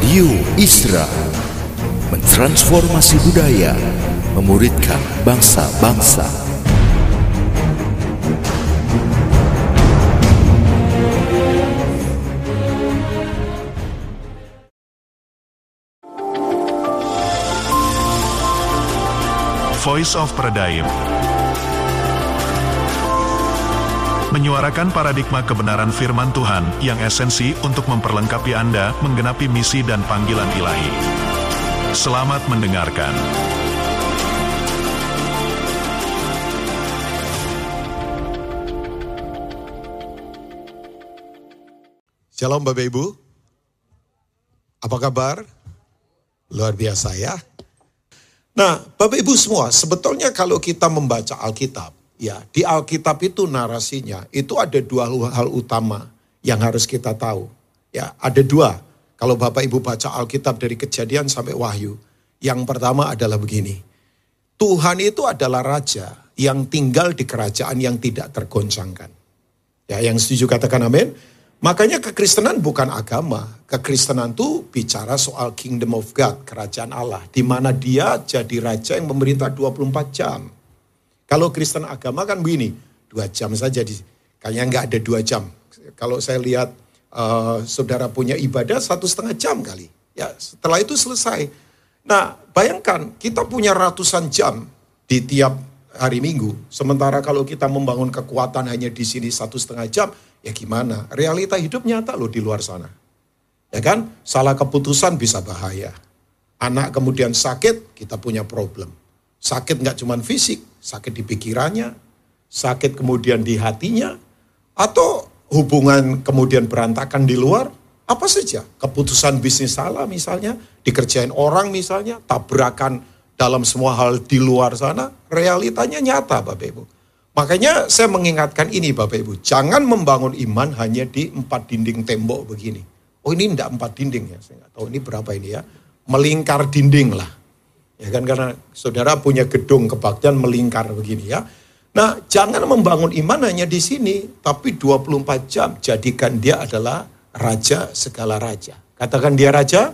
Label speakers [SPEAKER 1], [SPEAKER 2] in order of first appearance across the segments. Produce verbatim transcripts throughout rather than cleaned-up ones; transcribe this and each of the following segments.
[SPEAKER 1] Radio Isra mentransformasi budaya, memuridkan bangsa-bangsa.
[SPEAKER 2] Voice of Pradaim menyuarakan paradigma kebenaran firman Tuhan yang esensi untuk memperlengkapi Anda menggenapi misi dan panggilan ilahi. Selamat mendengarkan.
[SPEAKER 3] Shalom Bapak Ibu. Apa kabar? Luar biasa ya. Nah, Bapak Ibu semua, sebetulnya kalau kita membaca Alkitab, ya, di Alkitab itu narasinya, itu ada dua hal utama yang harus kita tahu. Ya, ada dua. Kalau Bapak Ibu baca Alkitab dari Kejadian sampai Wahyu, yang pertama adalah begini. Tuhan itu adalah Raja yang tinggal di kerajaan yang tidak tergoncangkan. Ya, yang setuju katakan amin. Makanya kekristenan bukan agama. Kekristenan itu bicara soal Kingdom of God, kerajaan Allah. Di mana dia jadi Raja yang memerintah dua puluh empat jam. Kalau Kristen agama kan begini, dua jam saja, di, kayaknya nggak ada dua jam. Kalau saya lihat uh, saudara punya ibadah satu setengah jam kali. Ya, setelah itu selesai. Nah, bayangkan kita punya ratusan jam di tiap hari Minggu. Sementara kalau kita membangun kekuatan hanya di sini satu setengah jam, ya gimana? Realita hidup nyata loh di luar sana. Ya kan? Salah keputusan bisa bahaya. Anak kemudian sakit, kita punya problem. Sakit nggak cuma fisik, sakit di pikirannya, sakit kemudian di hatinya, atau hubungan kemudian berantakan di luar, apa saja. Keputusan bisnis salah misalnya, dikerjain orang misalnya, tabrakan dalam semua hal di luar sana, realitanya nyata Bapak Ibu. Makanya saya mengingatkan ini Bapak Ibu, jangan membangun iman hanya di empat dinding tembok begini. Oh ini enggak empat dinding ya, saya nggak tahu ini berapa ini ya, melingkar dinding lah. Ya kan, karena saudara punya gedung kebaktian melingkar begini ya. Nah, jangan membangun iman hanya di sini, tapi dua puluh empat jam jadikan dia adalah raja segala raja. Katakan dia raja.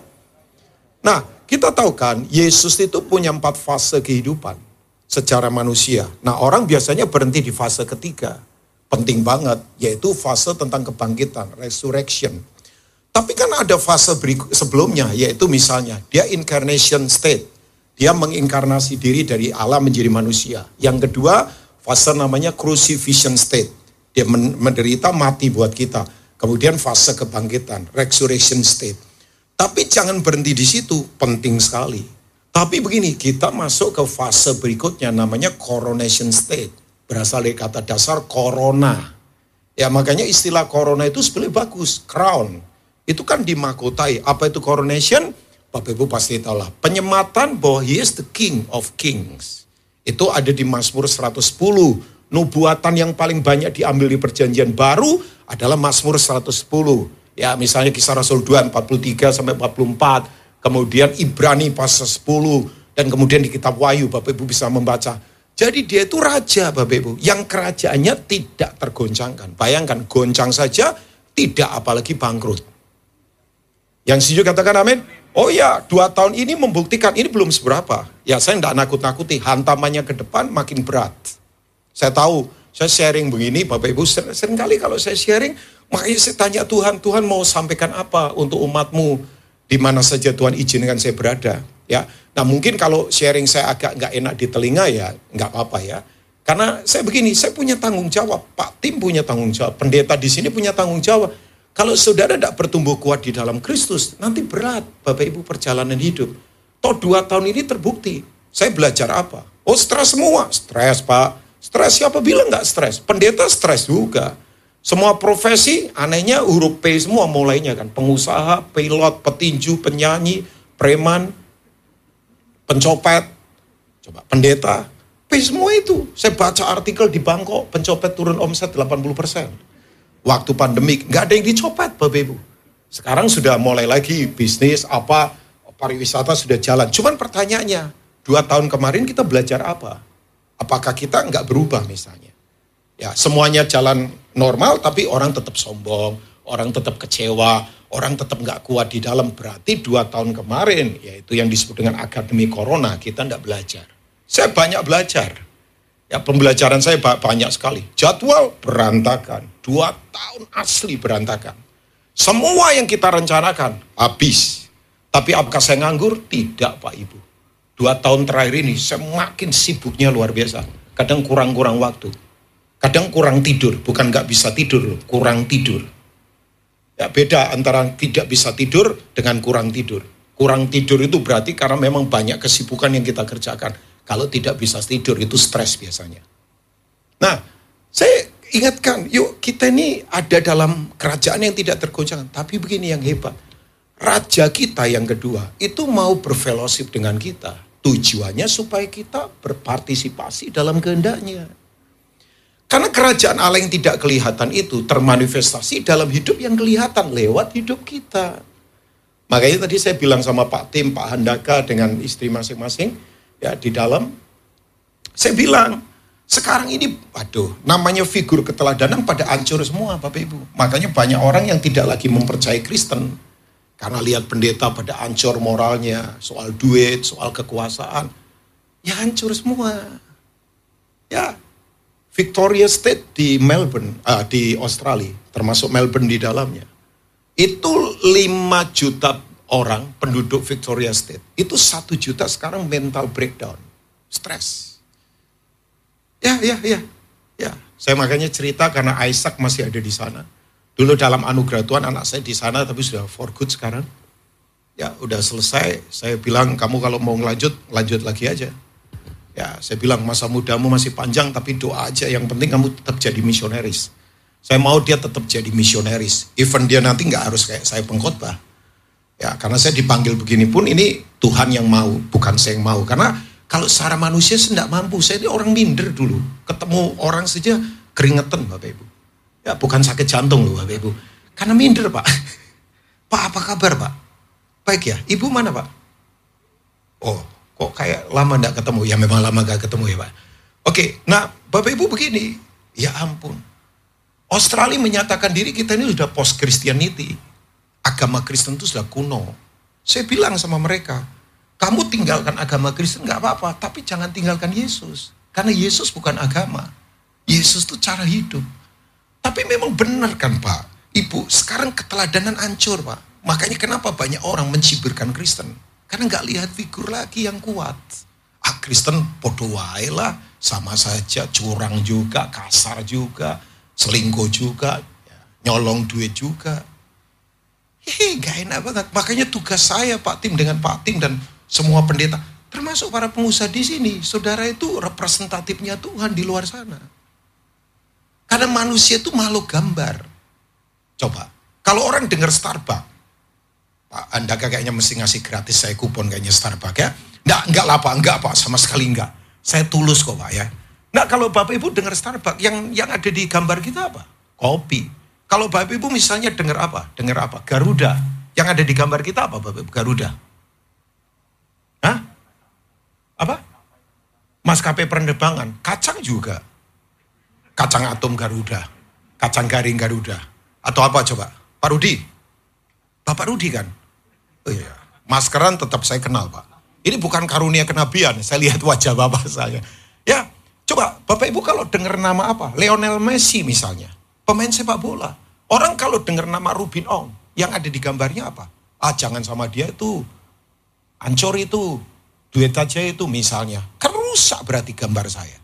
[SPEAKER 3] Nah, kita tahu kan Yesus itu punya empat fase kehidupan secara manusia. Nah, orang biasanya berhenti di fase ketiga. Penting banget, yaitu fase tentang kebangkitan, resurrection. Tapi kan ada fase berikut sebelumnya, yaitu misalnya dia incarnation state. Dia menginkarnasi diri dari Allah menjadi manusia. Yang kedua, fase namanya crucifixion state. Dia menderita mati buat kita. Kemudian fase kebangkitan, resurrection state. Tapi jangan berhenti di situ, penting sekali. Tapi begini, kita masuk ke fase berikutnya namanya coronation state. Berasal dari kata dasar corona. Ya makanya istilah corona itu sebenarnya bagus, crown. Itu kan dimahkotai. Apa itu coronation? Bapak Ibu pasti tahu lah, penyematan bahwa he is the king of kings. Itu ada di Mazmur seratus sepuluh. Nubuatan yang paling banyak diambil di perjanjian baru adalah Mazmur seratus sepuluh. Ya misalnya Kisah Rasul dua, empat puluh tiga sampai empat puluh empat. Kemudian Ibrani pasal sepuluh. Dan kemudian di kitab Wahyu Bapak Ibu bisa membaca. Jadi dia itu raja Bapak Ibu. Yang kerajaannya tidak tergoncangkan. Bayangkan goncang saja tidak apalagi bangkrut. Yang setuju katakan amin. Oh ya, dua tahun ini membuktikan, ini belum seberapa. Ya saya tidak nakut-nakuti, hantamannya ke depan makin berat. Saya tahu, saya sharing begini, Bapak Ibu, sering, sering kali kalau saya sharing, makanya saya tanya Tuhan, Tuhan mau sampaikan apa untuk umatmu, di mana saja Tuhan izinkan saya berada. Ya, nah mungkin kalau sharing saya agak nggak enak di telinga ya, nggak apa-apa ya. Karena saya begini, saya punya tanggung jawab, Pak Tim punya tanggung jawab, pendeta di sini punya tanggung jawab. Kalau saudara tidak bertumbuh kuat di dalam Kristus, nanti berat Bapak Ibu perjalanan hidup. Toh dua tahun ini terbukti. Saya belajar apa? Oh stres semua. Stres Pak. Stres siapa bilang nggak stres? Pendeta stres juga. Semua profesi anehnya huruf P semua mulainya kan. Pengusaha, pilot, petinju, penyanyi, preman, pencopet. Coba pendeta. P semua itu. Saya baca artikel di Bangkok, pencopet turun omset delapan puluh persen. Waktu pandemik, nggak ada yang dicopet Bapak Ibu. Sekarang sudah mulai lagi bisnis, apa, pariwisata sudah jalan. Cuman pertanyaannya, dua tahun kemarin kita belajar apa? Apakah kita nggak berubah misalnya? Ya, semuanya jalan normal, tapi orang tetap sombong. orang tetap kecewa, orang tetap nggak kuat di dalam. Berarti dua tahun kemarin, yaitu yang disebut dengan akademi corona, kita nggak belajar. Saya banyak belajar. Ya, pembelajaran saya banyak sekali. Jadwal berantakan, dua tahun asli berantakan. Semua yang kita rencanakan habis. Tapi apakah saya nganggur? Tidak, Pak Ibu. Dua tahun terakhir ini semakin sibuknya luar biasa. Kadang kurang-kurang waktu. Kadang kurang tidur, bukan nggak bisa tidur, kurang tidur. Ya, beda antara tidak bisa tidur dengan kurang tidur. Kurang tidur itu berarti karena memang banyak kesibukan yang kita kerjakan. Kalau tidak bisa tidur itu stres biasanya. Nah, saya ingatkan, yuk kita ini ada dalam kerajaan yang tidak tergoncangkan. Tapi begini yang hebat, raja kita yang kedua itu mau berfellowship dengan kita. Tujuannya supaya kita berpartisipasi dalam kehendaknya. Karena kerajaan Allah yang tidak kelihatan itu termanifestasi dalam hidup yang kelihatan lewat hidup kita. Makanya tadi saya bilang sama Pak Tim, Pak Handaka dengan istri masing-masing ya di dalam. Saya bilang, sekarang ini waduh, namanya figur keteladanan pada hancur semua Bapak Ibu. Makanya banyak orang yang tidak lagi mempercayai Kristen. Karena lihat pendeta pada hancur moralnya, soal duit, soal kekuasaan. Ya hancur semua. Ya, Victoria State di Melbourne, ah, di Australia, termasuk Melbourne di dalamnya. Itu lima juta orang penduduk Victoria State. Itu satu juta sekarang mental breakdown, stres. Ya, ya, ya. Ya, saya makanya cerita karena Isaac masih ada di sana. Dulu dalam anugerah Tuhan anak saya di sana tapi sudah for good sekarang. Ya, udah selesai. Saya bilang kamu kalau mau lanjut, lanjut lagi aja. Ya, saya bilang masa mudamu masih panjang tapi doa aja. Yang penting kamu tetap jadi misionaris. Saya mau dia tetap jadi misionaris. Even dia nanti nggak harus kayak saya pengkhotbah. Ya, karena saya dipanggil begini pun ini Tuhan yang mau, bukan saya yang mau. Karena kalau secara manusia saya tidak mampu. Saya ini orang minder dulu. Ketemu orang saja keringetan Bapak Ibu. Ya, bukan sakit jantung loh Bapak Ibu. Karena minder Pak. Pak apa kabar Pak? Baik ya, Ibu mana Pak? Oh, kok kayak lama gak ketemu? Ya memang lama gak ketemu ya Pak. Oke, nah Bapak Ibu begini. Ya ampun. Australia menyatakan diri kita ini sudah post Christianity. Agama Kristen itu sudah kuno. Saya bilang sama mereka, kamu tinggalkan agama Kristen gak apa-apa. Tapi jangan tinggalkan Yesus. Karena Yesus bukan agama. Yesus itu cara hidup. Tapi memang benar kan Pak, Ibu, sekarang keteladanan hancur Pak. Makanya kenapa banyak orang mencibirkan Kristen. Karena nggak lihat figur lagi yang kuat. Ah Kristen podo wae lah, sama saja, curang juga, kasar juga, selingkuh juga, nyolong duit juga. Hehe, nggak enak banget. Makanya tugas saya Pak Tim dengan Pak Tim dan semua pendeta, termasuk para pengusaha di sini, saudara itu representatifnya Tuhan di luar sana. Karena manusia itu makhluk gambar. Coba, kalau orang dengar Starbucks, Pak Andaka kayaknya mesti ngasih gratis saya kupon kayaknya Starbucks ya. Nggak, enggak lah Pak, enggak Pak, sama sekali enggak. Saya tulus kok Pak ya. Nah kalau Bapak Ibu dengar Starbucks, yang yang ada di gambar kita apa? Kopi. Kalau Bapak Ibu misalnya dengar apa? Dengar apa? Garuda. Yang ada di gambar kita apa Bapak Ibu? Garuda. Hah? Apa? Maskapai penerbangan. Kacang juga. Kacang atom Garuda, kacang garing Garuda, atau apa coba? Pak Rudi, Bapak Rudi kan? Oh iya, maskeran tetap saya kenal Pak. Ini bukan karunia kenabian, saya lihat wajah Bapak saya. Ya, coba Bapak Ibu kalau dengar nama apa? Lionel Messi misalnya, pemain sepak bola. Orang kalau dengar nama Ruben Ong, yang ada di gambarnya apa? Ah jangan sama dia itu, hancur itu, duit aja itu misalnya. Kan rusak berarti gambar saya.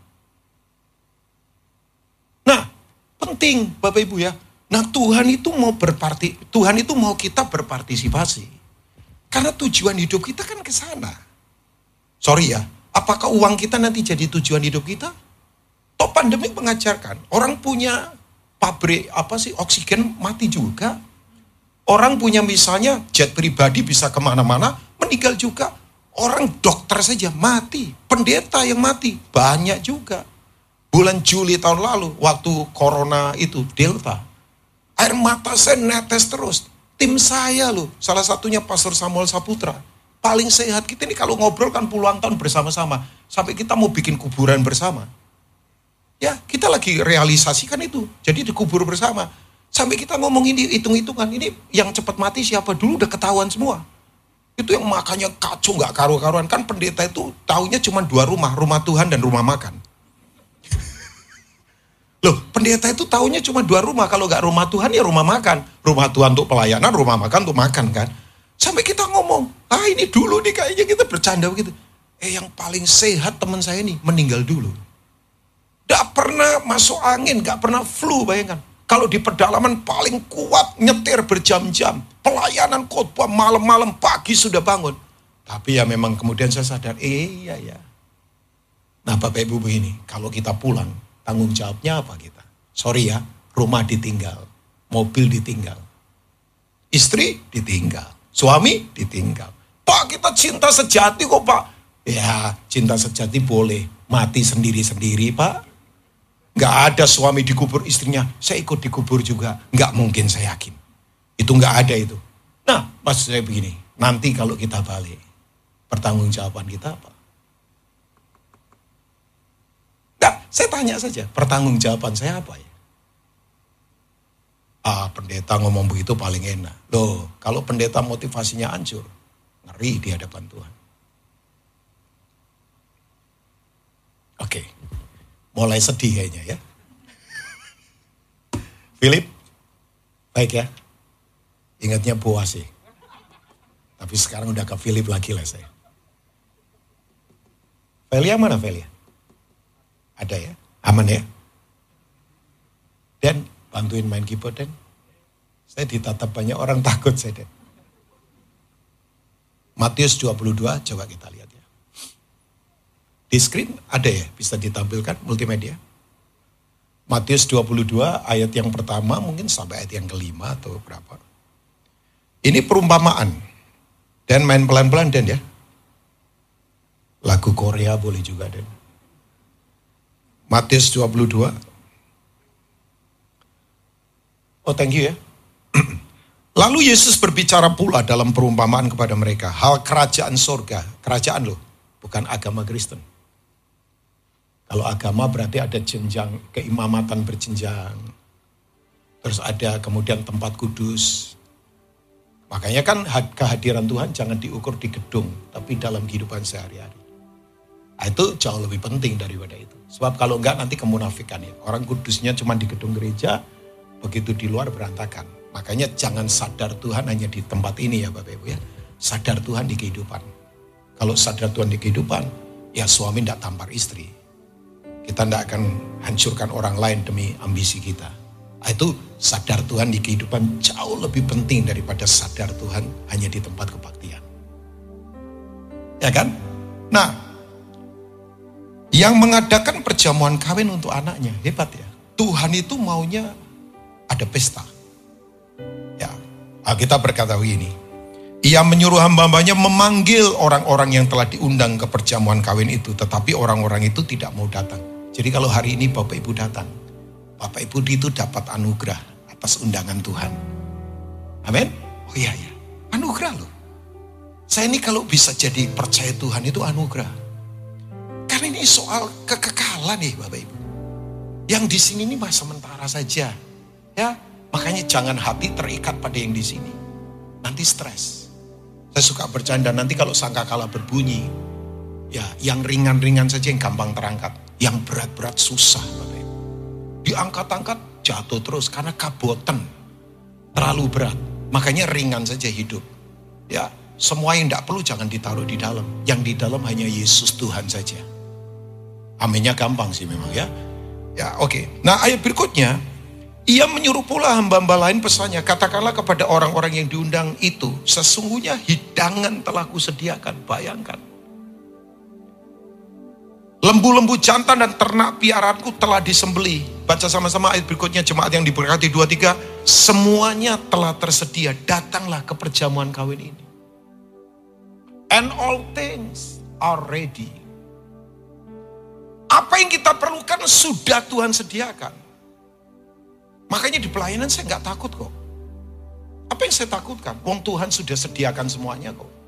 [SPEAKER 3] Nah, penting Bapak Ibu ya. Nah, Tuhan itu mau berparti, Tuhan itu mau kita berpartisipasi. Karena tujuan hidup kita kan ke sana. Sorry ya, apakah uang kita nanti jadi tujuan hidup kita? Toh pandemi mengajarkan, orang punya pabrik apa sih oksigen mati juga. Orang punya misalnya jet pribadi bisa kemana-mana, meninggal juga. Orang dokter saja mati, pendeta yang mati, banyak juga. Bulan Juli tahun lalu, waktu corona itu, Delta. Air mata saya netes terus. Tim saya loh, salah satunya Pastor Samuel Saputra. Paling sehat kita ini kalau ngobrol kan puluhan tahun bersama-sama. Sampai kita mau bikin kuburan bersama. Ya, kita lagi realisasikan itu. Jadi dikubur bersama. Sampai kita ngomong ini, hitung-hitungan. Ini yang cepat mati siapa dulu udah ketahuan semua. Itu yang makanya kacau gak karu-karuan. Kan pendeta itu taunya cuma dua rumah. Rumah Tuhan dan rumah makan. Loh, pendeta itu taunya cuma dua rumah. Kalau gak rumah Tuhan ya rumah makan. Rumah Tuhan untuk pelayanan, rumah makan untuk makan kan. Sampai kita ngomong, ah ini dulu nih kayaknya kita bercanda begitu. Eh yang paling sehat teman saya nih meninggal dulu. Gak pernah masuk angin, gak pernah flu, bayangkan. Kalau di pedalaman paling kuat, nyetir berjam-jam. Pelayanan khotbah malam-malam, pagi sudah bangun. Tapi ya memang kemudian saya sadar, eh iya ya. Nah Bapak Ibu begini, kalau kita pulang, tanggung jawabnya apa kita? Sorry ya, rumah ditinggal, mobil ditinggal. Istri ditinggal, suami ditinggal. Pak kita cinta sejati kok Pak. Ya cinta sejati boleh, mati sendiri-sendiri Pak. Gak ada suami dikubur istrinya, saya ikut dikubur juga. Gak mungkin saya yakin. Itu gak ada itu. Nah, maksud saya begini. Nanti kalau kita balik, pertanggungjawaban kita apa? Nah, saya tanya saja, pertanggungjawaban saya apa ya? Ah, pendeta ngomong begitu paling enak. Loh, kalau pendeta motivasinya hancur, ngeri di hadapan Tuhan. Oke. Okay. Mulai sedih kayaknya ya. Philip, baik ya. Ingatnya Boas sih. Tapi sekarang udah ke Philip lagi lah saya. Velia mana Velia? Ada ya? Aman ya? Dan bantuin main keyboard Dan. Saya ditatap banyak orang takut saya Dan. Matius dua puluh dua, coba kita lihat ya. Di screen ada ya, bisa ditampilkan multimedia. Matius dua puluh dua ayat yang pertama mungkin sampai ayat yang kelima atau berapa. Ini perumpamaan. Dan main pelan-pelan Dan ya. Lagu Korea boleh juga Dan. Matius dua puluh dua. Oh thank you ya. Lalu Yesus berbicara pula dalam perumpamaan kepada mereka. Hal kerajaan sorga. Kerajaan loh, bukan agama Kristen. Kalau agama berarti ada jenjang keimamatan berjenjang. Terus ada kemudian tempat kudus. Makanya kan kehadiran Tuhan jangan diukur di gedung, tapi dalam kehidupan sehari-hari. Nah, itu jauh lebih penting daripada itu. Sebab kalau enggak nanti kemunafikan ya. Orang kudusnya cuma di gedung gereja, begitu di luar berantakan. Makanya jangan sadar Tuhan hanya di tempat ini ya Bapak Ibu ya. Sadar Tuhan di kehidupan. Kalau sadar Tuhan di kehidupan, ya suami enggak tampar istri. Kita tidak akan hancurkan orang lain demi ambisi kita. Itu sadar Tuhan di kehidupan jauh lebih penting daripada sadar Tuhan hanya di tempat kebaktian. Ya kan? Nah, yang mengadakan perjamuan kawin untuk anaknya, hebat ya. Tuhan itu maunya ada pesta. Ya, kita berkata begini. Ia menyuruh hamba-hambanya memanggil orang-orang yang telah diundang ke perjamuan kawin itu. Tetapi orang-orang itu tidak mau datang. Jadi kalau hari ini Bapak Ibu datang, Bapak Ibu itu dapat anugerah atas undangan Tuhan. Amin? Oh iya ya, anugerah loh. Saya ini kalau bisa jadi percaya Tuhan itu anugerah. Karena ini soal kekekalan nih Bapak Ibu. Yang di sini ini masa sementara saja. Ya, makanya jangan hati terikat pada yang di sini. Nanti stres. Saya suka bercanda nanti kalau sangkakala berbunyi, ya yang ringan-ringan saja yang gampang terangkat. Yang berat-berat susah Bapak Ibu. Diangkat-angkat jatuh terus karena kaboten. Terlalu berat. Makanya ringan saja hidup. Ya, semua yang tidak perlu jangan ditaruh di dalam. Yang di dalam hanya Yesus Tuhan saja. Aminnya gampang sih memang ya. Ya oke. Okay. Nah ayat berikutnya. Ia menyuruh pula hamba-hamba lain pesannya. Katakanlah kepada orang-orang yang diundang itu. Sesungguhnya hidangan telah kusediakan. Bayangkan. Lembu-lembu jantan dan ternak piaraanku telah disembelih. Baca sama-sama ayat berikutnya jemaat yang diberkati dua tiga. Semuanya telah tersedia. Datanglah ke perjamuan kawin ini. And all things are ready. Apa yang kita perlukan sudah Tuhan sediakan. Makanya di pelayanan saya nggak takut kok. Apa yang saya takutkan? Wong Tuhan sudah sediakan semuanya kok.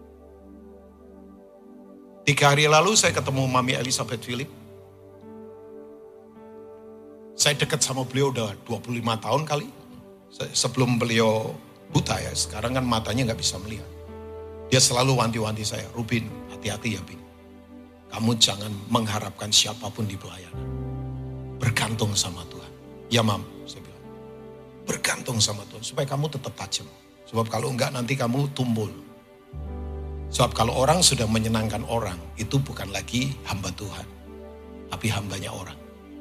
[SPEAKER 3] Tiga hari lalu saya ketemu Mami Elizabeth Philip. Saya dekat sama beliau udah dua puluh lima tahun kali. Sebelum beliau buta ya, sekarang kan matanya nggak bisa melihat. Dia selalu wanti-wanti saya, Rubin, hati-hati ya Bin. Kamu jangan mengharapkan siapapun di pelayanan. Bergantung sama Tuhan. Ya Mam, saya bilang. Bergantung sama Tuhan, supaya kamu tetap tajam. Sebab kalau enggak nanti kamu tumbul. Sebab kalau orang sudah menyenangkan orang, itu bukan lagi hamba Tuhan. Tapi hambanya orang.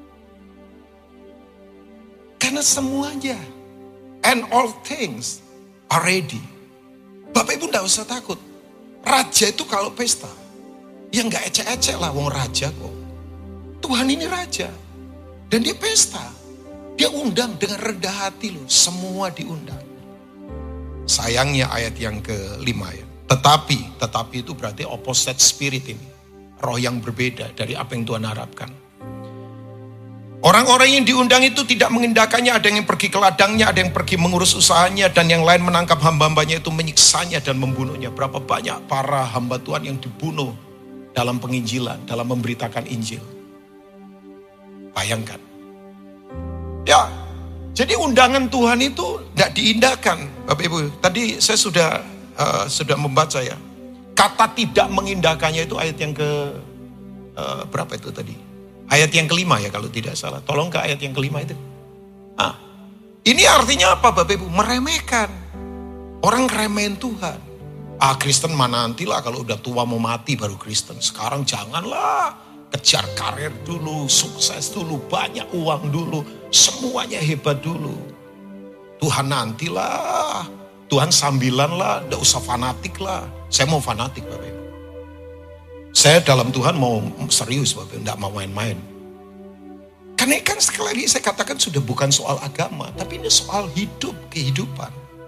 [SPEAKER 3] Karena semuanya, and all things are ready. Bapak Ibu enggak usah takut. Raja itu kalau pesta, ya enggak ecek-ecek lah, wong raja kok. Tuhan ini raja. Dan dia pesta. Dia undang dengan rendah hati loh, semua diundang. Sayangnya ayat yang kelima ya. Tetapi, tetapi itu berarti opposite spirit ini. Roh yang berbeda dari apa yang Tuhan harapkan. Orang-orang yang diundang itu tidak mengindakannya, ada yang pergi ke ladangnya, ada yang pergi mengurus usahanya, dan yang lain menangkap hamba-hambanya itu menyiksanya dan membunuhnya. Berapa banyak para hamba Tuhan yang dibunuh dalam penginjilan, dalam memberitakan Injil. Bayangkan. Ya, jadi undangan Tuhan itu tidak diindahkan, Bapak Ibu. Tadi saya sudah uh, sudah membaca ya. Kata tidak mengindahkannya itu ayat yang ke uh, berapa itu tadi? Ayat yang kelima ya kalau tidak salah. Tolong ke ayat yang kelima itu. Nah, ini artinya apa Bapak Ibu? Meremehkan. Orang remehin Tuhan. Ah Kristen mana nantilah kalau udah tua mau mati baru Kristen. Sekarang janganlah. Kejar karir dulu, sukses dulu, banyak uang dulu. Semuanya hebat dulu. Tuhan nantilah. Tuhan sambilan lah, gak usah fanatik lah. Saya mau fanatik Bapak Ibu. Saya dalam Tuhan mau serius Bapak Ibu, gak mau main-main. Karena kan sekali lagi saya katakan sudah bukan soal agama, tapi ini soal hidup, kehidupan.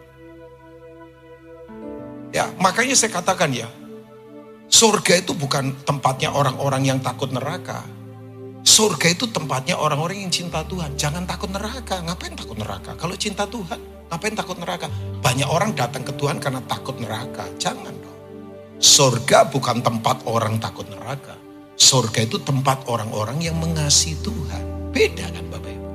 [SPEAKER 3] Ya, makanya saya katakan ya, surga itu bukan tempatnya orang-orang yang takut neraka. Surga itu tempatnya orang-orang yang cinta Tuhan. Jangan takut neraka. Ngapain takut neraka? Kalau cinta Tuhan, ngapain takut neraka? Banyak orang datang ke Tuhan karena takut neraka. Jangan dong. Surga bukan tempat orang takut neraka. Surga itu tempat orang-orang yang mengasihi Tuhan. Beda kan Bapak Ibu?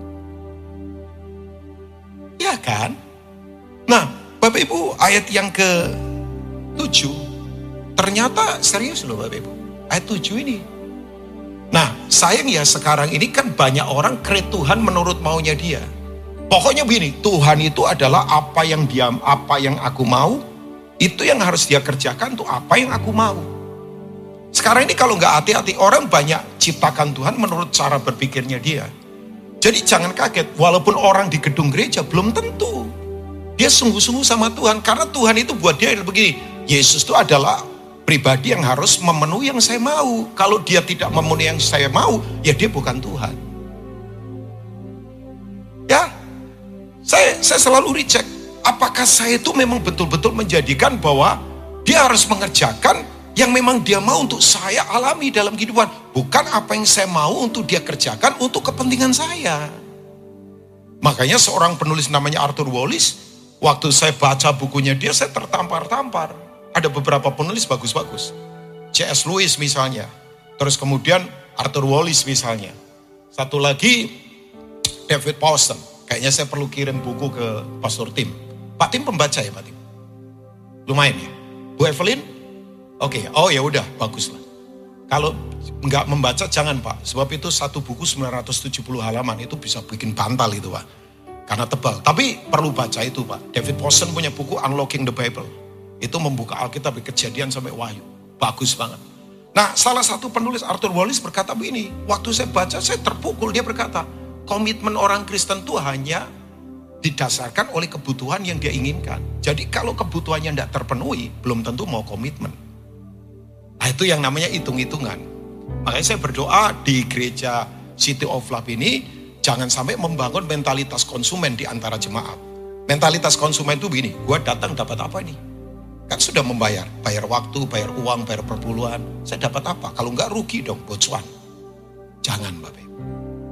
[SPEAKER 3] Ya kan? Nah, Bapak Ibu ayat yang ke tujuh. Ternyata serius loh Bapak Ibu. Ayat tujuh ini. Nah sayang ya sekarang ini kan banyak orang create Tuhan menurut maunya dia. Pokoknya begini, Tuhan itu adalah apa yang dia, apa yang aku mau. Itu yang harus dia kerjakan tuh apa yang aku mau. Sekarang ini kalau nggak hati-hati orang banyak ciptakan Tuhan menurut cara berpikirnya dia. Jadi jangan kaget walaupun orang di gedung gereja belum tentu. Dia sungguh-sungguh sama Tuhan. Karena Tuhan itu buat dia begini. Yesus itu adalah pribadi yang harus memenuhi yang saya mau. Kalau dia tidak memenuhi yang saya mau, ya dia bukan Tuhan. Ya, saya, saya selalu reject. Apakah saya itu memang betul-betul menjadikan bahwa dia harus mengerjakan yang memang dia mau untuk saya alami dalam kehidupan. Bukan apa yang saya mau untuk dia kerjakan untuk kepentingan saya. Makanya seorang penulis namanya Arthur Wallis, waktu saya baca bukunya dia, saya tertampar-tampar. Ada beberapa penulis bagus-bagus. C S Lewis misalnya. Terus kemudian Arthur Wallis misalnya. Satu lagi David Powson. Kayaknya saya perlu kirim buku ke Pastor Tim. Pak Tim pembaca ya Pak Tim? Lumayan ya? Bu Evelyn? Oke, okay. Oh ya udah, bagus lah. Kalau nggak membaca jangan Pak. Sebab itu satu buku sembilan ratus tujuh puluh halaman. Itu bisa bikin bantal itu Pak. Karena tebal. Tapi perlu baca itu Pak. David Powson punya buku Unlocking the Bible. Itu membuka Alkitab dari Kejadian sampai Wahyu. Bagus banget. Nah salah satu penulis Arthur Wallis berkata begini. Waktu saya baca saya terpukul. Dia berkata komitmen orang Kristen itu hanya didasarkan oleh kebutuhan yang dia inginkan. Jadi kalau kebutuhannya tidak terpenuhi belum tentu mau komitmen. Nah itu yang namanya hitung-hitungan. Makanya saya berdoa di gereja City of Love ini jangan sampai membangun mentalitas konsumen di antara jemaat. Mentalitas konsumen itu begini. Gue datang dapat apa nih? Kan sudah membayar, bayar waktu, bayar uang, bayar perpuluhan. Saya dapat apa? Kalau enggak rugi dong, bocuan. Jangan Bapak Ibu.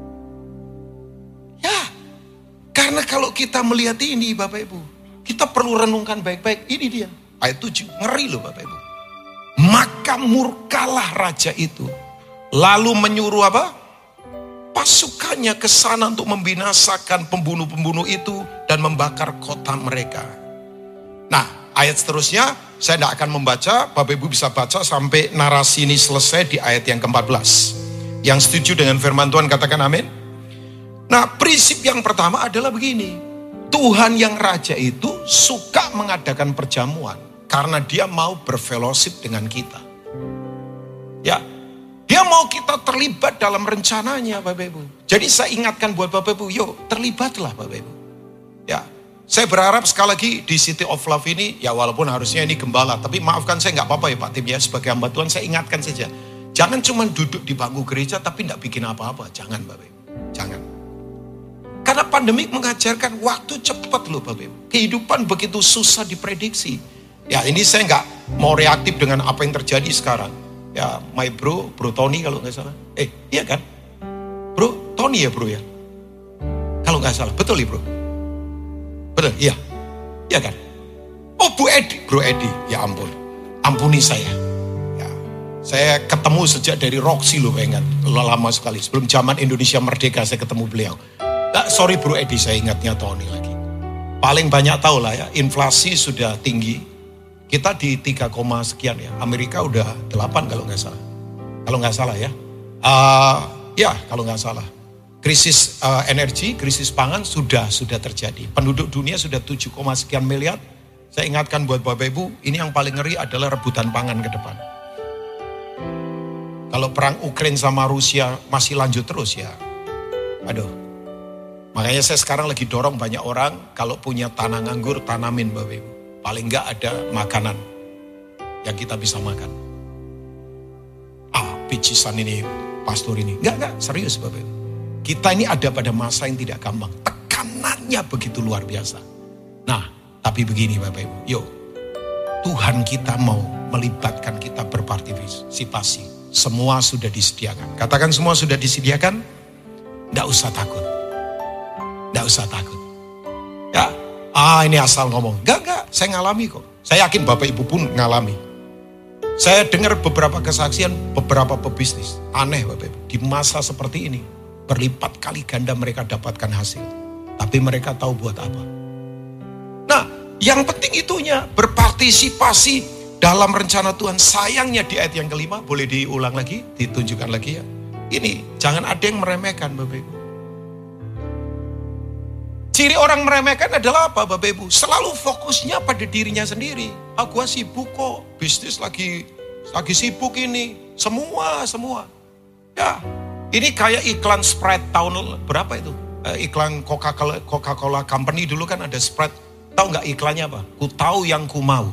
[SPEAKER 3] Ya, karena kalau kita melihat ini Bapak Ibu, kita perlu renungkan baik-baik. Ini dia, ayat tujuh, ngeri loh Bapak Ibu. Maka murkalah raja itu, lalu menyuruh apa? pasukannya ke sana untuk membinasakan pembunuh-pembunuh itu dan membakar kota mereka. Nah, ayat seterusnya saya tidak akan membaca, Bapak Ibu bisa baca sampai narasi ini selesai di ayat yang keempat belas. Yang setuju dengan firman Tuhan katakan amin. Nah, prinsip yang pertama adalah begini. Tuhan yang raja itu suka mengadakan perjamuan karena dia mau berfellowship dengan kita. Ya, dia mau kita terlibat dalam rencananya, Bapak Ibu. Jadi saya ingatkan buat Bapak Ibu, yuk terlibatlah Bapak Ibu. Ya, saya berharap sekali lagi di City of Love ini, ya walaupun harusnya ini gembala, tapi maafkan saya nggak apa-apa ya Pak Tim ya, sebagai hamba Tuhan saya ingatkan saja. Jangan cuma duduk di bangku gereja tapi nggak bikin apa-apa, jangan Bapak Ibu, jangan. Karena pandemi mengajarkan waktu cepat loh Bapak Ibu. Kehidupan begitu susah diprediksi. Ya ini saya nggak mau reaktif dengan apa yang terjadi sekarang. Ya my bro, bro Tony kalau nggak salah. Eh iya kan? Bro Tony ya bro ya? Kalau nggak salah, betul ya bro? Betul, iya. Iya kan? Oh Bu Edi, bro Edi, ya ampun. Ampuni saya. Ya, saya ketemu sejak dari Roxy loh ingat. Lama sekali, sebelum zaman Indonesia Merdeka saya ketemu beliau. Nah, sorry bro Edi, saya ingatnya Tony lagi. Paling banyak tahu lah ya, inflasi sudah tinggi. Kita di tiga, sekian ya. Amerika udah delapan kalau nggak salah. Kalau nggak salah ya. Uh, ya kalau nggak salah. Krisis uh, energi, krisis pangan sudah sudah terjadi. Penduduk dunia sudah tujuh, sekian miliar. Saya ingatkan buat Bapak Ibu, ini yang paling ngeri adalah rebutan pangan ke depan. Kalau perang Ukraina sama Rusia masih lanjut terus ya. Aduh. Makanya saya sekarang lagi dorong banyak orang kalau punya tanah nganggur, tanamin Bapak Ibu. Paling enggak ada makanan yang kita bisa makan. Ah, picisan ini, pastor ini. Enggak, enggak, serius Bapak Ibu. Kita ini ada pada masa yang tidak gampang. Tekanannya begitu luar biasa. Nah, tapi begini Bapak Ibu. Yuk, Tuhan kita mau melibatkan kita berpartisipasi. Semua sudah disediakan. Katakan semua sudah disediakan. Enggak usah takut. Enggak usah takut. Ya, ah ini asal ngomong. Enggak, enggak, saya ngalami kok. Saya yakin Bapak Ibu pun ngalami. Saya dengar beberapa kesaksian, beberapa pebisnis. Aneh Bapak Ibu, di masa seperti ini, berlipat kali ganda mereka dapatkan hasil. Tapi mereka tahu buat apa. Nah, yang penting itunya, berpartisipasi dalam rencana Tuhan. Sayangnya di ayat yang kelima, boleh diulang lagi, ditunjukkan lagi ya. Ini, jangan ada yang meremehkan Bapak Ibu. Ciri orang meremehkan adalah apa Bapak Ibu? Selalu fokusnya pada dirinya sendiri. Ah gua sibuk kok, bisnis lagi lagi sibuk ini. Semua, semua. Ya, ini kayak iklan Sprite tahun berapa itu? Eh, iklan Coca-Cola, Coca-Cola Company dulu kan ada Sprite. Tahu nggak iklannya apa? Ku tahu yang ku mau.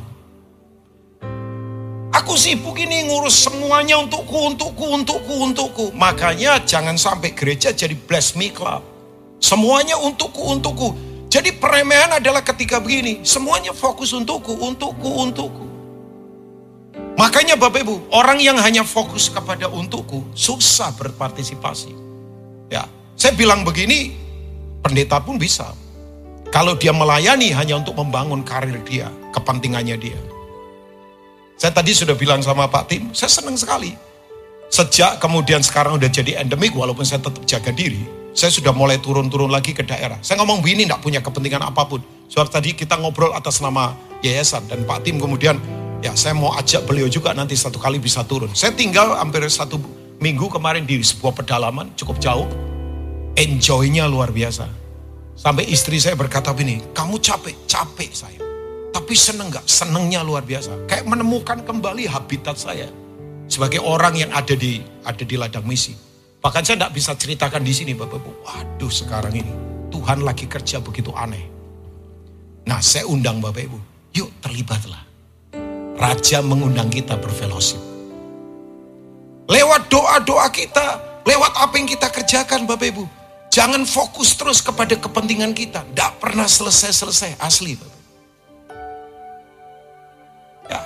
[SPEAKER 3] Aku sibuk ini ngurus semuanya untukku, untukku, untukku, untukku. Makanya jangan sampai gereja jadi bless me club. Semuanya untukku, untukku. Jadi peremehan adalah ketika begini. Semuanya fokus untukku, untukku, untukku. Makanya Bapak Ibu, orang yang hanya fokus kepada untukku, susah berpartisipasi. Ya, saya bilang begini, pendeta pun bisa. Kalau dia melayani hanya untuk membangun karir dia, kepentingannya dia. Saya tadi sudah bilang sama Pak Tim, saya senang sekali. Sejak kemudian sekarang udah jadi endemik, walaupun saya tetap jaga diri. Saya sudah mulai turun-turun lagi ke daerah. Saya ngomong begini, tidak punya kepentingan apapun. Soal tadi kita ngobrol atas nama yayasan. Dan Pak Tim kemudian, ya saya mau ajak beliau juga nanti satu kali bisa turun. Saya tinggal hampir satu minggu kemarin di sebuah pedalaman, cukup jauh. Enjoy-nya luar biasa. Sampai istri saya berkata begini, kamu capek? Capek saya. Tapi seneng gak? Senengnya luar biasa. Kayak menemukan kembali habitat saya. Sebagai orang yang ada di ada di ladang misi. Bahkan saya tidak bisa ceritakan di sini Bapak Ibu. Waduh sekarang ini Tuhan lagi kerja begitu aneh. Nah saya undang Bapak Ibu. Yuk terlibatlah. Raja mengundang kita berfellowship. Lewat doa-doa kita. Lewat apa yang kita kerjakan Bapak Ibu. Jangan fokus terus kepada kepentingan kita. Tidak pernah selesai-selesai. Asli Bapak. Ya.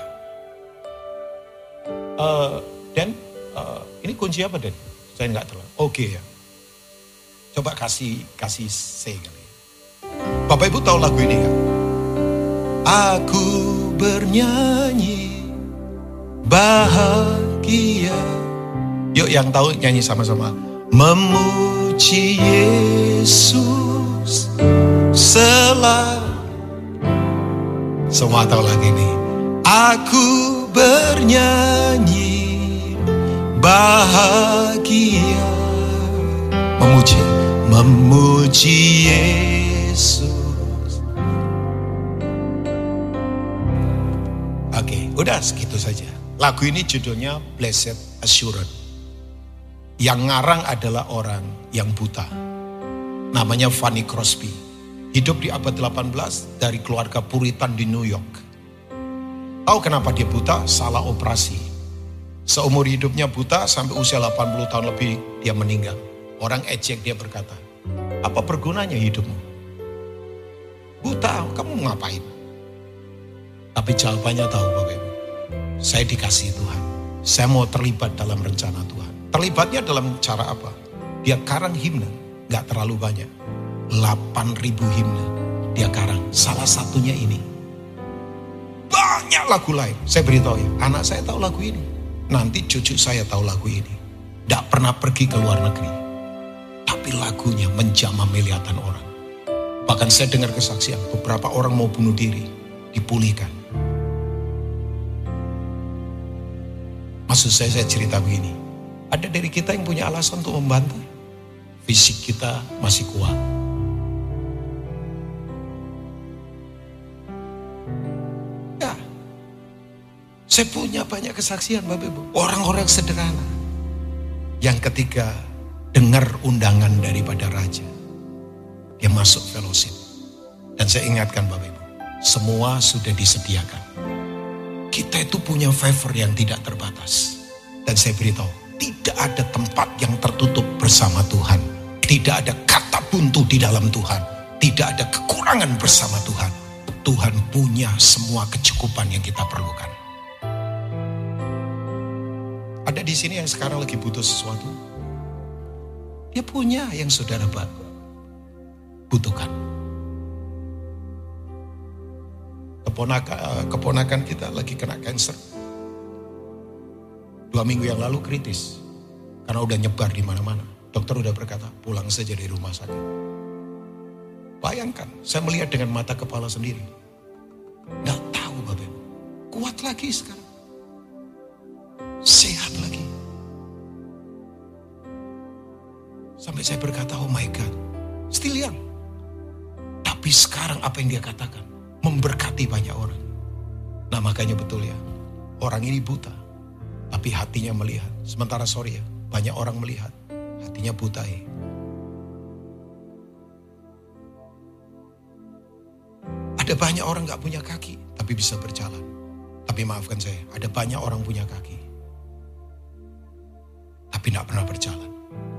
[SPEAKER 3] Uh, Dan uh, ini kunci apa Dan? Saya nggak terlalu. Oke okay, ya. Coba kasih kasih C kali. Bapak Ibu tahu lagu ini kan? Aku bernyanyi bahagia. Yuk yang tahu nyanyi sama-sama. Memuji memuji Yesus selalu. Semua tahu lagi nih. Aku bernyanyi bahagia, memuji, memuji Yesus. Oke, udah segitu saja. Lagu ini judulnya Blessed Assurance. Yang ngarang adalah orang yang buta. Namanya Fanny Crosby. Hidup di abad delapan belas dari keluarga Puritan di New York. Tahu kenapa dia buta? Salah operasi. Seumur hidupnya buta sampai usia delapan puluh tahun lebih dia meninggal. Orang ejek dia berkata, apa bergunanya hidupmu? Buta, kamu mau ngapain? Tapi jawabannya tahu Bapak Ibu. Saya dikasih Tuhan. Saya mau terlibat dalam rencana Tuhan. Terlibatnya dalam cara apa? Dia karang himne, gak terlalu banyak. delapan ribu himne dia karang. Salah satunya ini. Banyak lagu lain. Saya beritahu ya, anak saya tahu lagu ini. Nanti cucu saya tahu lagu ini. Gak pernah pergi ke luar negeri. Tapi lagunya menjamah miliatan orang. Bahkan saya dengar kesaksian, beberapa orang mau bunuh diri, dipulihkan. Maksud saya, saya cerita begini. Ada dari kita yang punya alasan untuk membantah. Fisik kita masih kuat. Ya. Saya punya banyak kesaksian Bapak Ibu. Orang-orang sederhana. Yang ketika dengar undangan daripada raja. Dia masuk fellowship. Dan saya ingatkan Bapak Ibu. Semua sudah disediakan. Kita itu punya favor yang tidak terbatas. Dan saya beritahu. Tidak ada tempat yang tertutup bersama Tuhan. Tidak ada kata buntu di dalam Tuhan. Tidak ada kekurangan bersama Tuhan. Tuhan punya semua kecukupan yang kita perlukan. Ada di sini yang sekarang lagi butuh sesuatu. Dia punya yang saudara butuhkan. Keponakan, keponakan kita lagi kena kanker. Dua minggu yang lalu kritis. Karena udah nyebar di mana-mana. Dokter udah berkata, pulang saja dari rumah sakit. Bayangkan, saya melihat dengan mata kepala sendiri. Gak tahu Bapak Ibu. Kuat lagi sekarang. Sehat lagi. Sampai saya berkata, oh my God. Still young. Tapi sekarang apa yang dia katakan. Memberkati banyak orang. Nah makanya betul ya. Orang ini buta. Tapi hatinya melihat. Sementara sorry ya, banyak orang melihat. Hatinya buta ya. Ada banyak orang gak punya kaki, tapi bisa berjalan. Tapi maafkan saya, ada banyak orang punya kaki. Tapi gak pernah berjalan.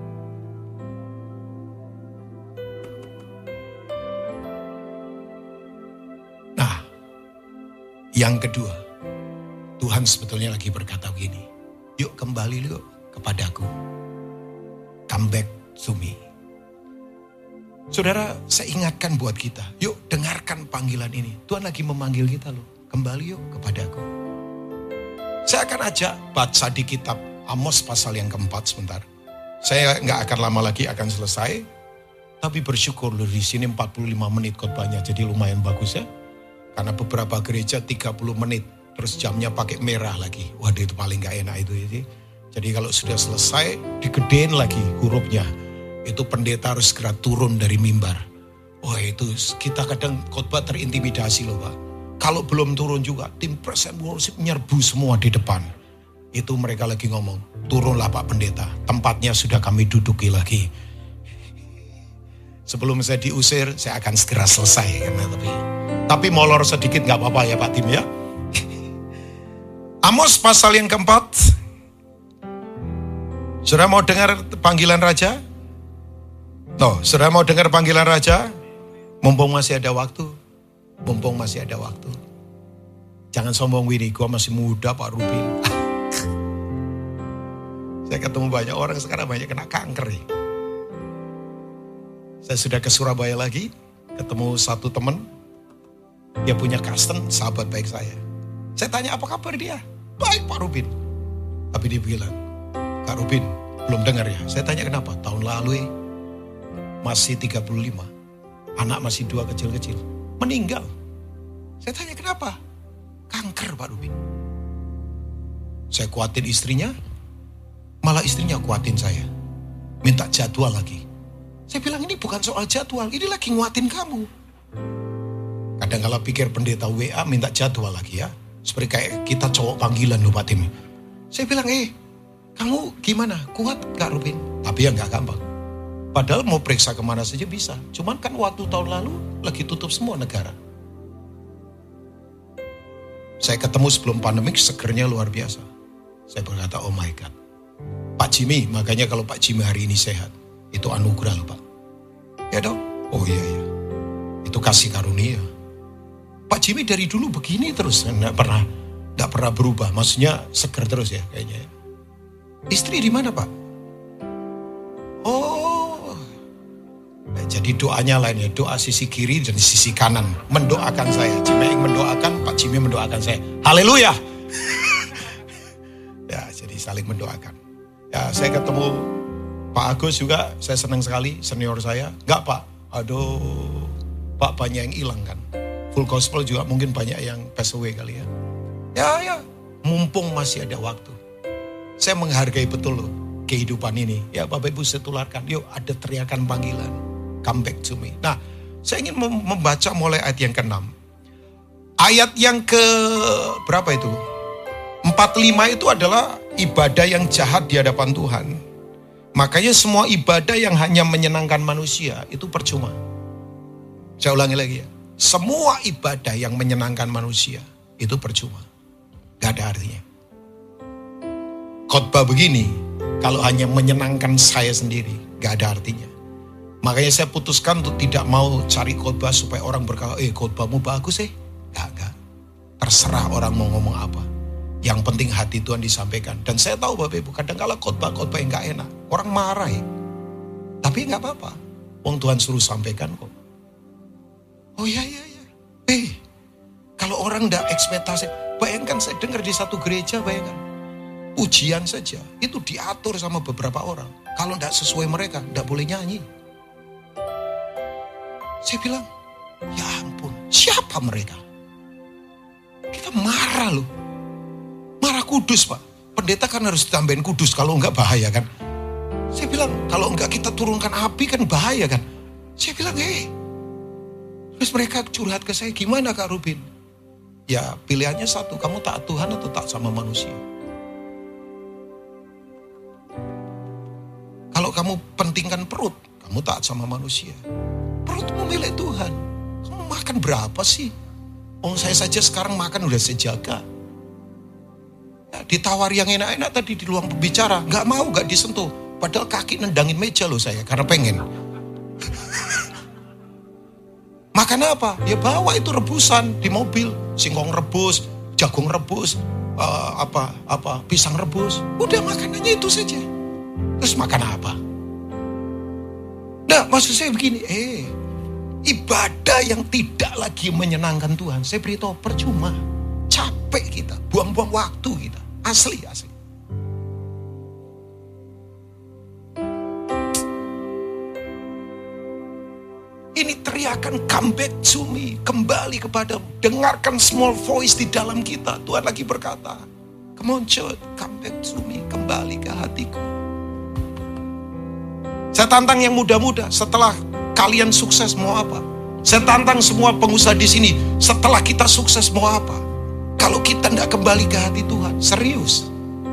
[SPEAKER 3] Nah, yang kedua. Tuhan sebetulnya lagi berkata begini, yuk kembali yuk kepadaku. Come back to me. Saudara, saya ingatkan buat kita, yuk dengarkan panggilan ini. Tuhan lagi memanggil kita loh, kembali yuk kepadaku. Saya akan ajak baca di kitab Amos pasal yang keempat sebentar. Saya nggak akan lama lagi akan selesai. Tapi bersyukur loh di sini empat puluh lima menit khotbahnya, jadi lumayan bagus ya. Karena beberapa gereja tiga puluh menit. Terus jamnya pakai merah lagi. Waduh itu paling gak enak itu. Ya. Jadi kalau sudah selesai, digedein lagi hurufnya. Itu pendeta harus segera turun dari mimbar. Oh itu kita kadang khotbah terintimidasi loh Pak. Kalau belum turun juga, tim praise and worship nyerbu semua di depan. Itu mereka lagi ngomong, turunlah Pak Pendeta. Tempatnya sudah kami duduki lagi. Sebelum saya diusir, saya akan segera selesai. Karena tapi, tapi molor sedikit gak apa-apa ya Pak Tim ya. Amos pasal yang keempat. Saudara mau dengar panggilan raja? Tuh, saudara mau dengar panggilan raja? Mumpung masih ada waktu. Mumpung masih ada waktu. Jangan sombong Winnie, gua masih muda Pak Rubin. Saya ketemu banyak orang sekarang banyak kena kanker nih. Saya sudah ke Surabaya lagi, ketemu satu teman. Dia punya cousin, sahabat baik saya. Saya tanya apa kabar dia? Baik Pak Rubin. Tapi dia bilang, Kak Rubin belum dengar ya. Saya tanya kenapa? Tahun lalu masih tiga puluh lima. Anak masih dua kecil-kecil. Meninggal. Saya tanya kenapa? Kanker Pak Rubin. Saya kuatin istrinya, malah istrinya kuatin saya. Minta jadwal lagi. Saya bilang ini bukan soal jadwal, ini lagi nguatin kamu. Kadang kala pikir pendeta W A minta jadwal lagi ya. Seperti kayak kita cowok panggilan loh Pak Tim. Saya bilang, eh kamu gimana? Kuat Kak Rubin? Tapi ya gak gampang. Padahal mau periksa kemana saja bisa. Cuman kan waktu tahun lalu lagi tutup semua negara. Saya ketemu sebelum pandemik, segernya luar biasa. Saya berkata, oh my God. Pak Jimmy, makanya kalau Pak Jimmy hari ini sehat, itu anugerah loh Pak. Ya dong? Oh iya iya. Itu kasih karunia. Pak Jimmy dari dulu begini terus, nggak pernah, nggak pernah berubah. Maksudnya seger terus ya kayaknya. Istri di mana Pak? Oh, ya, jadi doanya lain ya, doa sisi kiri dan sisi kanan mendoakan saya. Jimmy yang mendoakan, Pak Jimmy mendoakan saya. Haleluya. Ya, jadi saling mendoakan. Ya, saya ketemu Pak Agus juga, saya senang sekali, senior saya. Enggak Pak, aduh, Pak banyak yang hilang kan. Full gospel juga mungkin banyak yang pass away kali ya. Ya, ya, mumpung masih ada waktu. Saya menghargai betul loh kehidupan ini. Ya Bapak Ibu saya tularkan, yuk ada teriakan panggilan. Come back to me. Nah, saya ingin membaca mulai ayat yang keenam. Ayat yang ke berapa itu? empat puluh lima itu adalah ibadah yang jahat di hadapan Tuhan. Makanya semua ibadah yang hanya menyenangkan manusia itu percuma. Saya ulangi lagi ya. Semua ibadah yang menyenangkan manusia itu percuma. Gak ada artinya. Khotbah begini, kalau hanya menyenangkan saya sendiri, gak ada artinya. Makanya saya putuskan untuk tidak mau cari khotbah supaya orang berkata, eh khotbahmu bagus eh. Gak, gak. Terserah orang mau ngomong apa. Yang penting hati Tuhan disampaikan. Dan saya tahu Bapak Ibu, kadang-kala khotbah-khotbah yang gak enak. Orang marah ya. Tapi gak apa-apa. Wong Tuhan suruh sampaikan kok. Oh iya, iya, iya. Eh, kalau orang gak ekspektasi. Bayangkan saya dengar di satu gereja, bayangkan. Ujian saja, itu diatur sama beberapa orang. Kalau gak sesuai mereka, gak boleh nyanyi. Saya bilang, ya ampun, siapa mereka? Kita marah loh. Marah kudus Pak. Pendeta kan harus ditambahin kudus, kalau enggak bahaya kan. Saya bilang, kalau enggak kita turunkan api kan bahaya kan. Saya bilang, eh. Terus mereka curhat ke saya, gimana Kak Rubin? Ya pilihannya satu, kamu taat Tuhan atau taat sama manusia. Kalau kamu pentingkan perut, kamu taat sama manusia. Perutmu milik Tuhan. Kamu makan berapa sih? Oh saya saja sekarang makan udah sejaga. Ya, ditawar yang enak-enak tadi di ruang pembicara, nggak mau, nggak disentuh. Padahal kaki nendangin meja loh saya karena pengen. Makan apa? Ya bawa itu rebusan di mobil, singkong rebus, jagung rebus, uh, apa apa pisang rebus. Udah makanannya itu saja. Terus makan apa? Nah maksud saya begini, eh ibadah yang tidak lagi menyenangkan Tuhan, saya beritahu percuma, capek kita, buang-buang waktu kita, asli asli. Ini teriakan come back to me, kembali kepada, dengarkan small voice di dalam kita. Tuhan lagi berkata, come on church, come back to me, kembali ke hatiku. Saya tantang yang muda-muda, setelah kalian sukses mau apa? Saya tantang semua pengusaha di sini, setelah kita sukses mau apa? Kalau kita tidak kembali ke hati Tuhan, serius.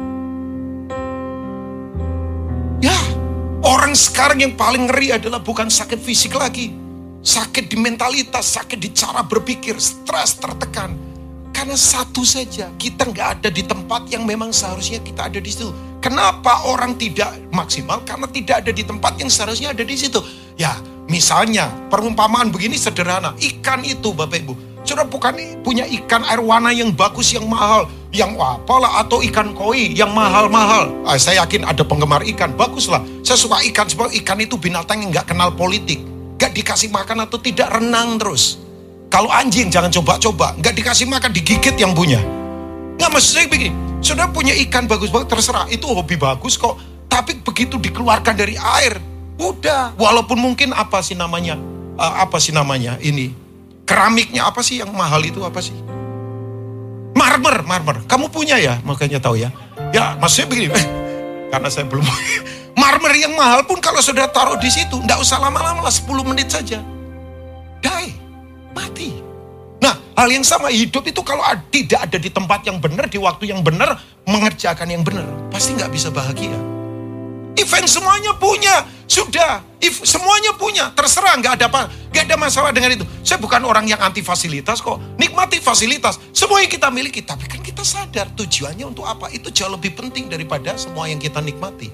[SPEAKER 3] Ya, orang sekarang yang paling ngeri adalah bukan sakit fisik lagi. Sakit di mentalitas, sakit di cara berpikir, stres, tertekan. Karena satu saja, kita nggak ada di tempat yang memang seharusnya kita ada di situ. Kenapa orang tidak maksimal? Karena tidak ada di tempat yang seharusnya ada di situ. Ya, misalnya perumpamaan begini sederhana. Ikan itu Bapak Ibu, sudah bukan punya ikan air warna yang bagus, yang mahal, yang apalah, atau ikan koi yang mahal-mahal. Ah, saya yakin ada penggemar ikan, baguslah. Saya suka ikan, sebab ikan itu binatang yang nggak kenal politik. Gak dikasih makan atau tidak, renang terus. Kalau anjing jangan coba-coba, gak dikasih makan, digigit yang punya. Nggak, maksud saya begini, sudah punya ikan bagus-bagus, terserah, itu hobi bagus kok. Tapi begitu dikeluarkan dari air, Udah, walaupun mungkin apa sih namanya, uh, apa sih namanya ini, keramiknya apa sih yang mahal itu apa sih? Marmer, marmer. Kamu punya ya, makanya tahu ya. Ya, maksudnya begini, eh, karena saya belum. Marmer yang mahal pun kalau sudah taruh di situ, enggak usah lama-lama, sepuluh menit saja. Die, mati. Nah, hal yang sama hidup itu kalau tidak ada di tempat yang benar, di waktu yang benar, mengerjakan yang benar, pasti nggak bisa bahagia. Event semuanya punya, sudah, if, semuanya punya, terserah, nggak ada apa, nggak ada masalah dengan itu. Saya bukan orang yang anti fasilitas kok, nikmati fasilitas, semua yang kita miliki, tapi kan kita sadar tujuannya untuk apa, itu jauh lebih penting daripada semua yang kita nikmati.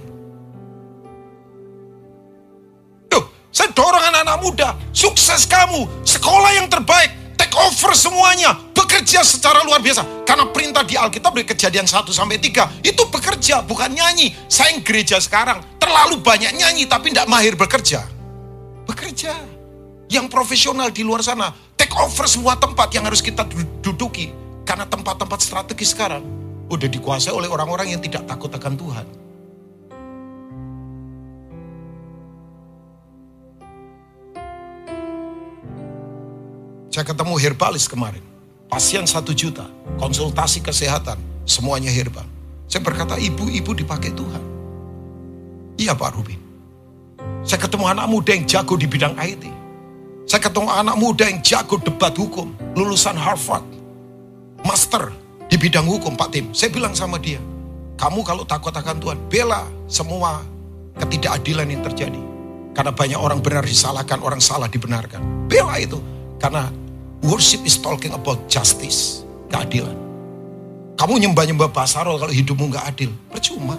[SPEAKER 3] Yuk, saya dorong anak-anak muda, sukses kamu, sekolah yang terbaik, take over semuanya, bekerja secara luar biasa. Karena perintah di Alkitab dari Kejadian satu sampai tiga, itu bekerja, bukan nyanyi. Saya gereja sekarang, terlalu banyak nyanyi tapi tidak mahir bekerja. Bekerja. Yang profesional di luar sana, take over semua tempat yang harus kita duduki. Karena tempat-tempat strategis sekarang, udah dikuasai oleh orang-orang yang tidak takut akan Tuhan. Saya ketemu herbalis kemarin. Pasien satu juta. Konsultasi kesehatan. Semuanya herbal. Saya berkata, ibu-ibu dipakai Tuhan. Iya Pak Rubin. Saya ketemu anak muda yang jago di bidang I T. Saya ketemu anak muda yang jago debat hukum. Lulusan Harvard. Master di bidang hukum Pak Tim. Saya bilang sama dia, kamu kalau takut akan Tuhan, bela semua ketidakadilan yang terjadi. Karena banyak orang benar disalahkan, orang salah dibenarkan. Bela itu. Karena worship is talking about justice, keadilan. Kamu nyembah-nyembah Basarol kalau hidupmu gak adil, percuma.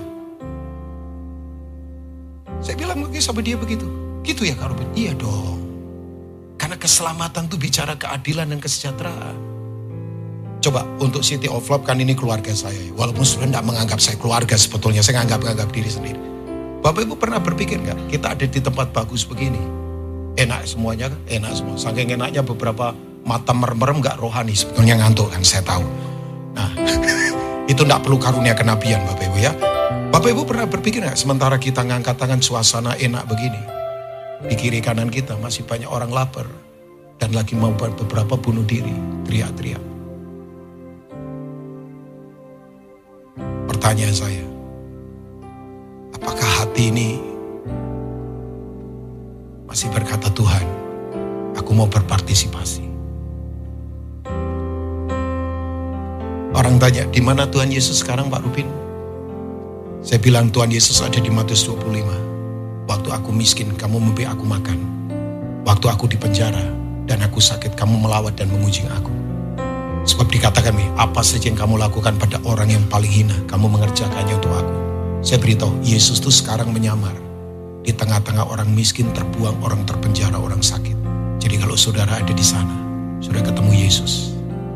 [SPEAKER 3] Saya bilang lagi sama dia begitu. Gitu ya Kak Robin? Iya dong. Karena keselamatan itu bicara keadilan dan kesejahteraan. Coba untuk City of Love kan ini keluarga saya. Walaupun sudah tidak menganggap saya keluarga sebetulnya, saya nganggap-nganggap diri sendiri. Bapak Ibu pernah berpikir gak? Kita ada di tempat bagus begini. Enak semuanya kan? Enak semua. Saking enaknya beberapa mata merem-merem gak rohani. Sebetulnya ngantuk kan, saya tahu. Nah, itu gak perlu karunia kenabian Bapak Ibu ya. Bapak Ibu pernah berpikir gak? Sementara kita ngangkat tangan suasana enak begini. Di kiri kanan kita masih banyak orang lapar. Dan lagi mau beberapa bunuh diri. Teriak-teriak. Pertanyaan saya. Apakah hati ini masih berkata, Tuhan, aku mau berpartisipasi. Orang tanya, di mana Tuhan Yesus sekarang Pak Rubin? Saya bilang Tuhan Yesus ada di Matius dua puluh lima. Waktu aku miskin, kamu memberi aku makan. Waktu aku di penjara dan aku sakit, kamu melawat dan mengunjungi aku. Sebab dikatakan, apa saja yang kamu lakukan pada orang yang paling hina, kamu mengerjakannya untuk aku. Saya beritahu, Yesus itu sekarang menyamar. Di tengah-tengah orang miskin, terbuang, orang terpenjara, orang sakit. Jadi kalau saudara ada di sana, sudah ketemu Yesus.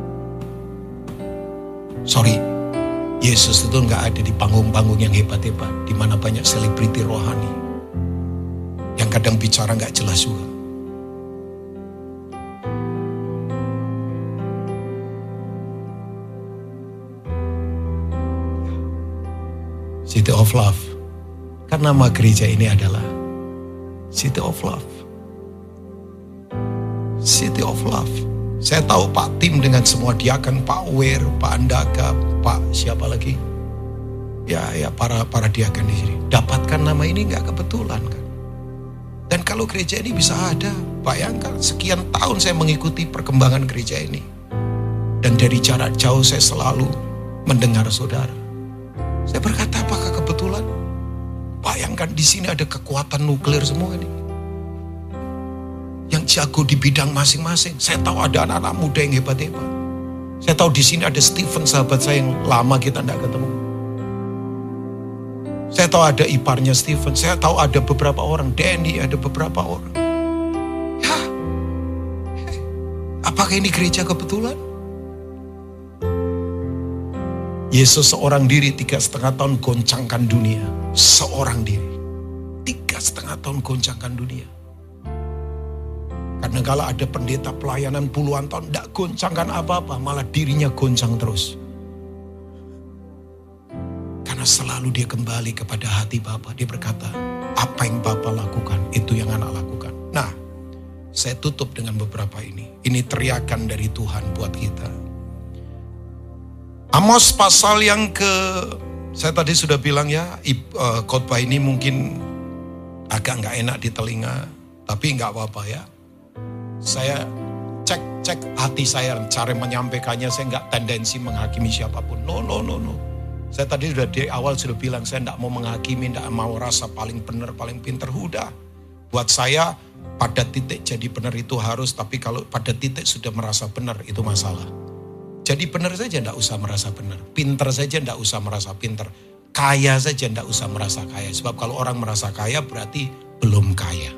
[SPEAKER 3] Sorry, Yesus itu nggak ada di panggung-panggung yang hebat-hebat, di mana banyak selebriti rohani yang kadang bicara nggak jelas juga. City of Love. Karena nama gereja ini adalah City of Love. City of Love. Saya tahu Pak Tim dengan semua diaken, Pak Wer, Pak Andaka, Pak siapa lagi? Ya, ya para para diaken di sini. Dapatkan nama ini nggak kebetulan kan? Dan kalau gereja ini bisa ada, bayangkan sekian tahun saya mengikuti perkembangan gereja ini. Dan dari jarak jauh saya selalu mendengar saudara. Saya berkata, apakah kebetulan? Bayangkan di sini ada kekuatan nuklir semua nih. Yang jago di bidang masing-masing. Saya tahu ada anak-anak muda yang hebat-hebat. Saya tahu di sini ada Stephen, sahabat saya yang lama kita tidak ketemu. Saya tahu ada iparnya Stephen. Saya tahu ada beberapa orang. Danny, ada beberapa orang. Ya, apakah ini gereja kebetulan? Yesus seorang diri tiga setengah tahun goncangkan dunia. Seorang diri. Tiga setengah tahun goncangkan dunia. Karena kalau ada pendeta pelayanan puluhan tahun, tidak goncangkan apa-apa. Malah dirinya goncang terus. Karena selalu dia kembali kepada hati Bapa. Dia berkata, Apa yang Bapa lakukan, itu yang anak lakukan. Nah, saya tutup dengan beberapa ini. Ini teriakan dari Tuhan buat kita. Amos pasal yang ke, saya tadi sudah bilang ya, khotbah ini mungkin agak nggak enak di telinga, tapi nggak apa-apa ya. Saya cek cek hati saya, cara menyampaikannya, saya nggak tendensi menghakimi siapapun. No, no, no, no. Saya tadi sudah di awal sudah bilang, saya nggak mau menghakimi, nggak mau rasa paling benar, paling pinter. Udah, buat saya pada titik jadi benar itu harus, tapi kalau pada titik sudah merasa benar itu masalah. Jadi benar saja enggak usah merasa benar. Pinter saja enggak usah merasa pinter. Kaya saja enggak usah merasa kaya. Sebab kalau orang merasa kaya berarti belum kaya.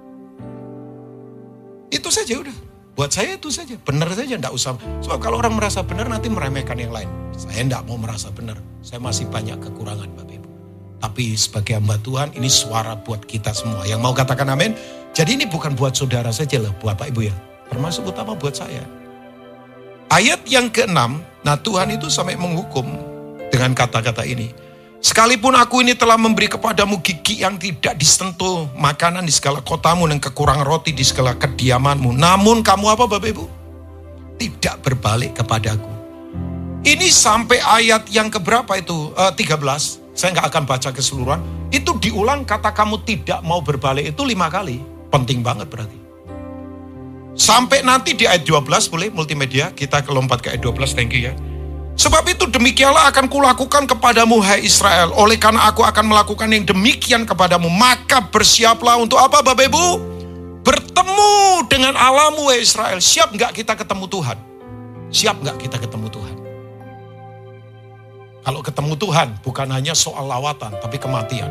[SPEAKER 3] Itu saja udah. Buat saya itu saja. Benar saja enggak usah. Sebab kalau orang merasa benar nanti meremehkan yang lain. Saya enggak mau merasa benar. Saya masih banyak kekurangan Bapak Ibu. Tapi sebagai hamba Tuhan ini suara buat kita semua. Yang mau katakan amin. Jadi ini bukan buat saudara saja loh Bapak Ibu ya. Termasuk utama buat saya. Ayat yang keenam, nah Tuhan itu sampai menghukum dengan kata-kata ini. Sekalipun aku ini telah memberi kepadamu gigi yang tidak disentuh makanan di segala kotamu dan kekurangan roti di segala kediamanmu. Namun kamu apa Bapak Ibu? Tidak berbalik kepadaku. Ini sampai ayat yang keberapa itu? Uh, tiga belas. Saya nggak akan baca keseluruhan. Itu diulang kata kamu tidak mau berbalik itu lima kali. Penting banget berarti. Sampai nanti di ayat dua belas, boleh multimedia, kita lompat ke ayat dua belas, thank you ya. Sebab itu demikianlah akan kulakukan kepadamu hai Israel. Oleh karena aku akan melakukan yang demikian kepadamu, maka bersiaplah untuk apa Bapak Ibu? Bertemu dengan Allahmu hai Israel. Siap gak kita ketemu Tuhan? Siap gak kita ketemu Tuhan? Kalau ketemu Tuhan bukan hanya soal lawatan, tapi kematian.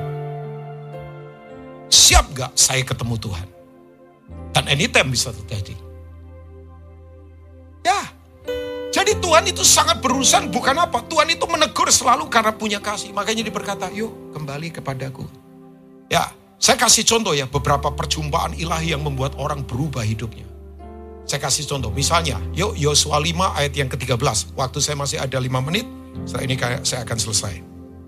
[SPEAKER 3] Siap gak saya ketemu Tuhan? Dan anytime bisa terjadi. Ya, jadi Tuhan itu sangat berurusan bukan apa. Tuhan itu menegur selalu karena punya kasih. Makanya dia berkata, yuk kembali kepadaku. Ya, saya kasih contoh ya beberapa perjumpaan ilahi yang membuat orang berubah hidupnya. Saya kasih contoh, misalnya, yuk Yosua lima ayat yang ke tiga belas. Waktu saya masih ada lima menit, setelah ini saya akan selesai.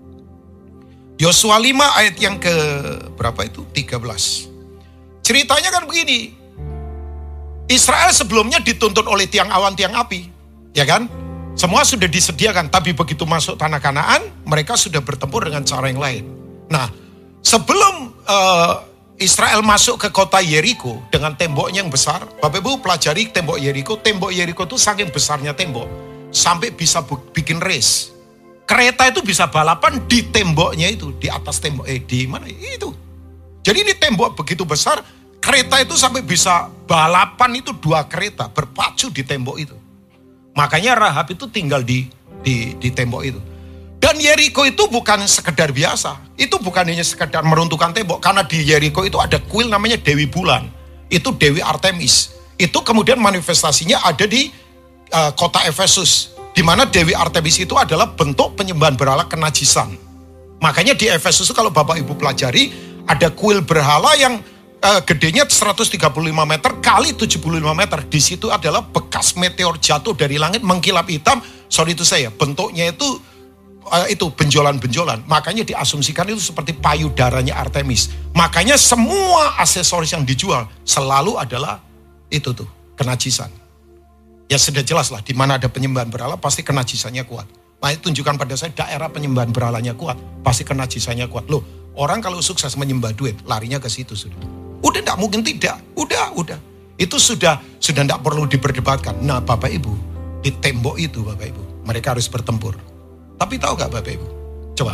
[SPEAKER 3] Yosua lima ayat yang ke berapa itu? tiga belas. Ceritanya kan begini, Israel sebelumnya dituntun oleh tiang awan, tiang api, ya kan? Semua sudah disediakan, tapi begitu masuk tanah Kanaan, mereka sudah bertempur dengan cara yang lain. Nah, sebelum uh, Israel masuk ke kota Yeriko dengan temboknya yang besar, Bapak Ibu pelajari tembok Yeriko, tembok Yeriko itu saking besarnya tembok, sampai bisa bikin race. Kereta itu bisa balapan di temboknya itu, di atas tembok, eh di mana itu. Jadi ini tembok begitu besar, kereta itu sampai bisa balapan itu dua kereta berpacu di tembok itu. Makanya Rahab itu tinggal di di, di tembok itu. Dan Yeriko itu bukan sekedar biasa. Itu bukan hanya sekedar meruntuhkan tembok. Karena di Yeriko itu ada kuil namanya Dewi Bulan. Itu Dewi Artemis. Itu kemudian manifestasinya ada di uh, kota Efesus. Di mana Dewi Artemis itu adalah bentuk penyembahan berhala kenajisan. Makanya di Efesus itu kalau Bapak Ibu pelajari, ada kuil berhala yang uh, gedenya seratus tiga puluh lima meter kali tujuh puluh lima meter. Di situ adalah bekas meteor jatuh dari langit mengkilap hitam. Sorry itu saya, bentuknya itu uh, itu benjolan-benjolan. Makanya diasumsikan itu seperti payudaranya Artemis. Makanya semua aksesoris yang dijual selalu adalah itu tuh, kenajisan. Ya sudah jelas lah, di mana ada penyembahan berhala pasti kenajisannya kuat. Nah itu tunjukkan pada saya daerah penyembahan berhalanya kuat, pasti kenajisannya kuat. Loh, orang kalau sukses menyembah duit, larinya ke situ sudah. Udah enggak mungkin tidak. Udah, udah. Itu sudah sudah enggak perlu diperdebatkan. Nah, Bapak Ibu, di tembok itu Bapak Ibu, mereka harus bertempur. Tapi tahu enggak Bapak Ibu? Coba.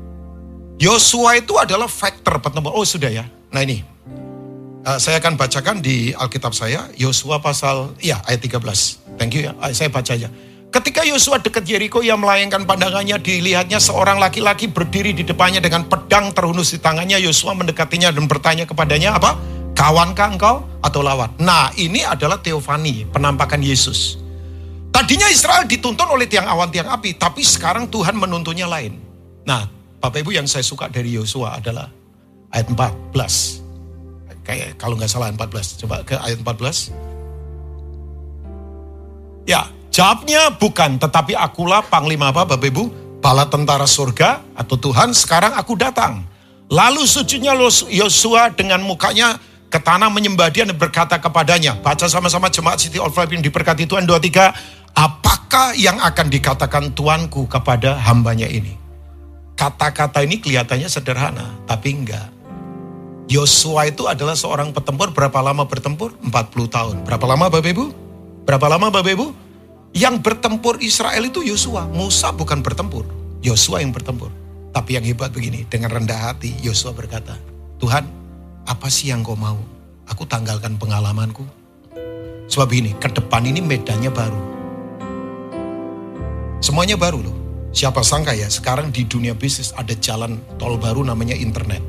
[SPEAKER 3] Yosua itu adalah faktor pertempur. Oh, sudah ya. Nah, ini. Uh, saya akan bacakan di Alkitab saya, Yosua pasal ya ayat tiga belas. Thank you ya. Saya baca aja. Ketika Yosua dekat Yeriko, ia melayangkan pandangannya, dilihatnya seorang laki-laki berdiri di depannya dengan pedang terhunus di tangannya. Yosua mendekatinya dan bertanya kepadanya, apa? Kawankah engkau atau lawan? Nah, ini adalah teofani, penampakan Yesus. Tadinya Israel dituntun oleh tiang awan, tiang api, tapi sekarang Tuhan menuntunnya lain. Nah, Bapak Ibu yang saya suka dari Yosua adalah ayat empat belas. Kayak kalau nggak salah empat belas. Coba ke ayat empat belas. Ya, jawabnya bukan, tetapi akulah panglima apa Bapak Ibu? Bala tentara surga atau Tuhan, sekarang aku datang. Lalu sujudnya Yosua dengan mukanya ke tanah menyembah dia dan berkata kepadanya. Baca sama-sama jemaat City of Life yang diberkati Tuhan. Dua, tiga. Apakah yang akan dikatakan Tuanku kepada hambanya ini? Kata-kata ini kelihatannya sederhana, tapi enggak. Yosua itu adalah seorang petempur. Berapa lama bertempur? empat puluh tahun. Berapa lama Bapak Ibu? Berapa lama Bapak Ibu? Yang bertempur Israel itu Yosua. Musa bukan bertempur. Yosua yang bertempur. Tapi yang hebat begini, dengan rendah hati Yosua berkata, Tuhan, apa sih yang kau mau? Aku tanggalkan pengalamanku. Sebab ini, ke depan ini medannya baru. Semuanya baru loh. Siapa sangka ya, sekarang di dunia bisnis ada jalan tol baru namanya internet.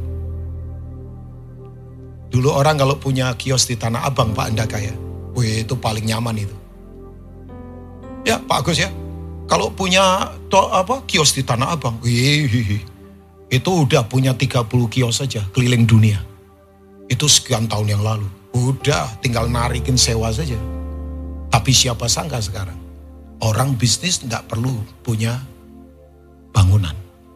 [SPEAKER 3] Dulu orang kalau punya kios di Tanah Abang, Pak Anda kaya. Wih, itu paling nyaman itu. Ya, Pak Agus ya. Kalau punya to, apa kios di Tanah Abang, wih, itu udah punya tiga puluh kios saja keliling dunia. Itu sekian tahun yang lalu. Udah tinggal narikin sewa saja. Tapi siapa sangka sekarang, orang bisnis nggak perlu punya bangunan.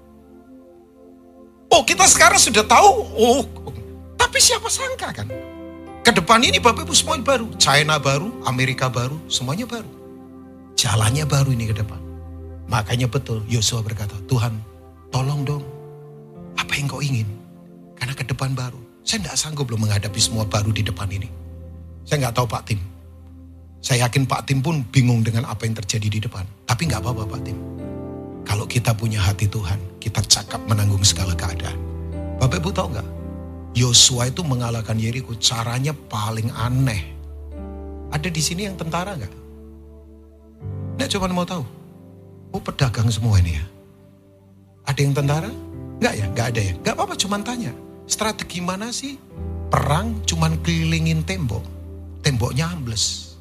[SPEAKER 3] Oh, kita sekarang sudah tahu. Oh, tapi siapa sangka kan? Ke depan ini Bapak Ibu semuanya baru. China baru, Amerika baru, semuanya baru. Jalannya baru ini ke depan. Makanya betul Yosua berkata, Tuhan tolong dong. Apa yang kau ingin? Karena ke depan baru. Saya tidak sanggup belum menghadapi semua baru di depan ini. Saya nggak tahu Pak Tim. Saya yakin Pak Tim pun bingung dengan apa yang terjadi di depan. Tapi nggak apa-apa Pak Tim. Kalau kita punya hati Tuhan, kita cakap menanggung segala keadaan. Bapak Ibu tahu nggak? Yosua itu mengalahkan Yeriko caranya paling aneh. Ada di sini yang tentara nggak? Nggak, cuma mau tahu. Oh, pedagang semua ini ya. Ada yang tentara? Nggak ya? Nggak ada ya? Nggak apa-apa, cuma tanya. Strategi mana sih? Perang cuman kelilingin tembok. Temboknya ambles.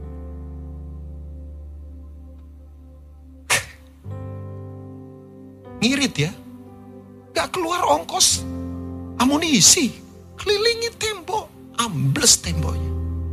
[SPEAKER 3] Ngirit ya. Gak keluar ongkos amunisi. Kelilingi tembok. Ambles temboknya.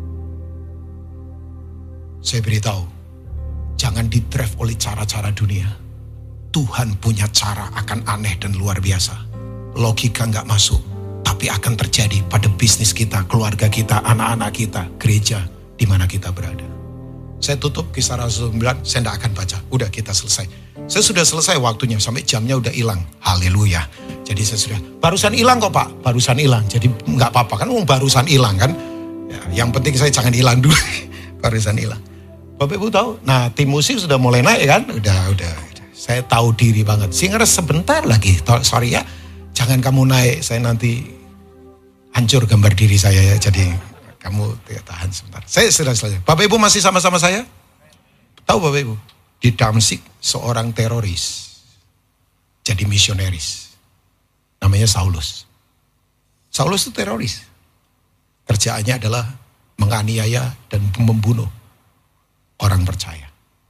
[SPEAKER 3] Saya beritahu. Jangan di-drive oleh cara-cara dunia. Tuhan punya cara akan aneh dan luar biasa. Logika gak masuk. Tapi akan terjadi pada bisnis kita, keluarga kita, anak-anak kita, gereja, di mana kita berada. Saya tutup Kisah Rasul sembilan, saya tidak akan baca. Udah kita selesai. Saya sudah selesai waktunya, sampai jamnya udah hilang. Haleluya. Jadi saya sudah, barusan hilang kok Pak, barusan hilang. Jadi nggak apa-apa kan, barusan hilang kan. Ya, yang penting saya jangan hilang dulu. Barusan hilang. Bapak Ibu tahu, nah tim musik sudah mulai naik kan. Udah, udah, udah. Saya tahu diri banget. Singer sebentar lagi, sorry ya. Jangan kamu naik, saya nanti hancur gambar diri saya ya. Jadi kamu tahan sebentar. Saya sudah selesai. Bapak Ibu masih sama-sama saya? Tahu Bapak Ibu? Di Damsik seorang teroris jadi misionaris. Namanya Saulus. Saulus itu teroris. Kerjaannya adalah menganiaya dan membunuh orang percaya.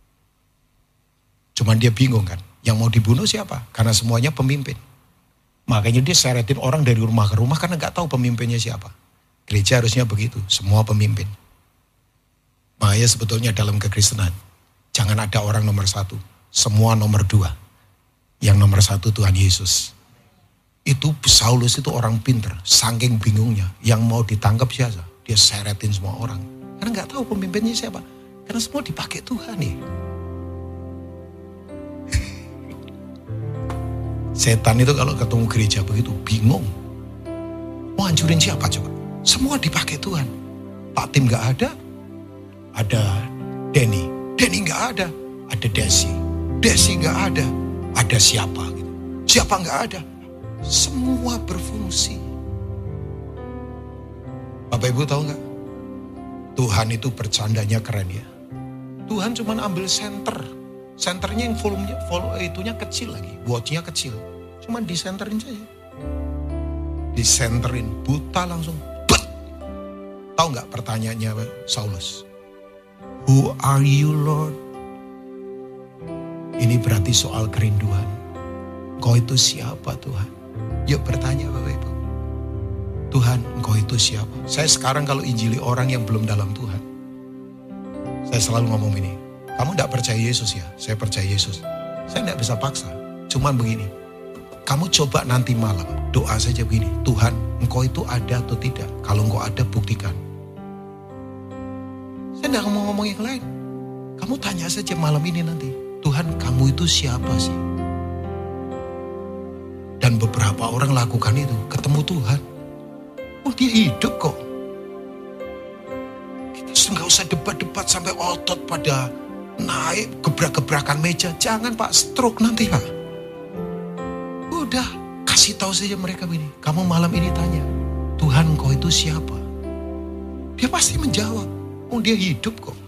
[SPEAKER 3] Cuman dia bingung kan. Yang mau dibunuh siapa? Karena semuanya pemimpin. Makanya dia seretin orang dari rumah ke rumah karena gak tahu pemimpinnya siapa. Gereja harusnya begitu, semua pemimpin. Makanya sebetulnya dalam kekristenan, jangan ada orang nomor satu, semua nomor dua. Yang nomor satu Tuhan Yesus. Itu Saulus itu orang pinter, saking bingungnya. Yang mau ditangkap siapa? Dia seretin semua orang. Karena gak tahu pemimpinnya siapa. Karena semua dipakai Tuhan nih. Setan itu kalau ketemu gereja begitu bingung. Mau hancurin siapa coba? Semua dipakai Tuhan. Pak Tim gak ada. Ada Denny. Denny gak ada. Ada Desi. Desi gak ada. Ada siapa gitu. Siapa gak ada. Semua berfungsi. Bapak Ibu tahu gak? Tuhan itu bercandanya keren ya. Tuhan cuma ambil center. Senternya yang volumenya, volume itunya kecil lagi. Wattnya kecil. Cuma disenterin saja. Disenterin. Buta langsung. Bet. Tahu gak pertanyaannya Saulus? Who are you Lord? Ini berarti soal kerinduan. Engkau itu siapa Tuhan? Yuk bertanya Bapak Ibu. Tuhan, engkau itu siapa? Saya sekarang kalau injili orang yang belum dalam Tuhan. Saya selalu ngomong ini. Kamu tidak percaya Yesus ya? Saya percaya Yesus. Saya tidak bisa paksa. Cuman begini. Kamu coba nanti malam doa saja begini, Tuhan Engkau itu ada atau tidak? Kalau Engkau ada buktikan. Saya tidak mau ngomong yang lain. Kamu tanya saja malam ini nanti, Tuhan kamu itu siapa sih? Dan beberapa orang lakukan itu, ketemu Tuhan. Oh dia hidup kok. Kita nggak usah debat-debat sampai otot pada naik gebrak-gebrakan meja. Jangan Pak, stroke nanti Pak. Udah, kasih tahu saja mereka begini. Kamu malam ini tanya, Tuhan Engkau itu siapa? Dia pasti menjawab. Oh dia hidup kok.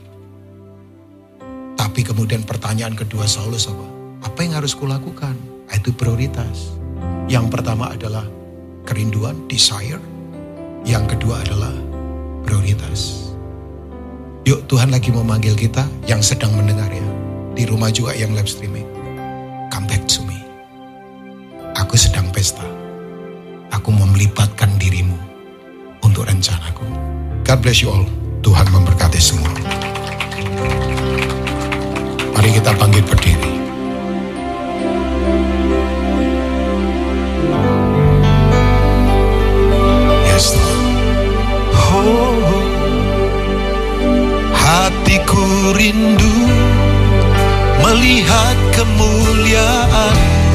[SPEAKER 3] Tapi kemudian pertanyaan kedua Saulus apa? Apa yang harus kulakukan? Itu prioritas. Yang pertama adalah kerinduan, desire. Yang kedua adalah prioritas. Yuk Tuhan lagi memanggil kita yang sedang mendengar ya. Di rumah juga yang live streaming. Come back to me. Aku sedang pesta. Aku melibatkan dirimu untuk rencanaku. God bless you all. Tuhan memberkati semua. Mari kita bangkit berdiri. Yes Lord. Oh, hatiku rindu melihat kemuliaan.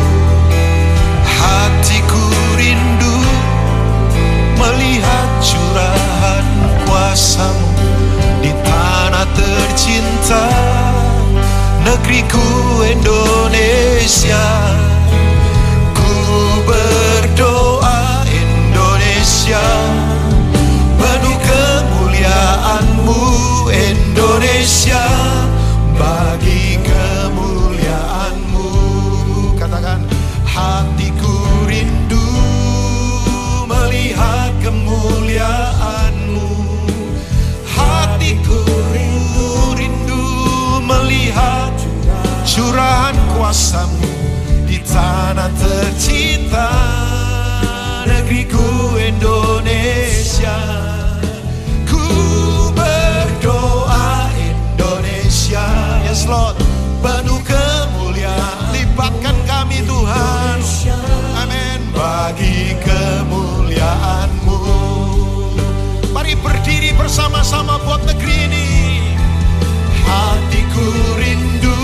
[SPEAKER 3] Hatiku rindu melihat curahan kuasa-Mu di tanah tercinta, negeriku Indonesia. Ku berdoa Indonesia, penuh kemuliaan-Mu Indonesia, bagi kemuliaan-Mu. Katakan, hatiku rindu melihat kemuliaan-Mu. Hatiku rindu, rindu melihat curahan kuasa-Mu di tanah tercinta, negeriku Indonesia. Ku berdoa Indonesia, yes Lord, penuh kemuliaan. Libatkan kami Tuhan, amin, bagi kemuliaan-Mu. Mari berdiri bersama-sama buat negeri ini. Hatiku rindu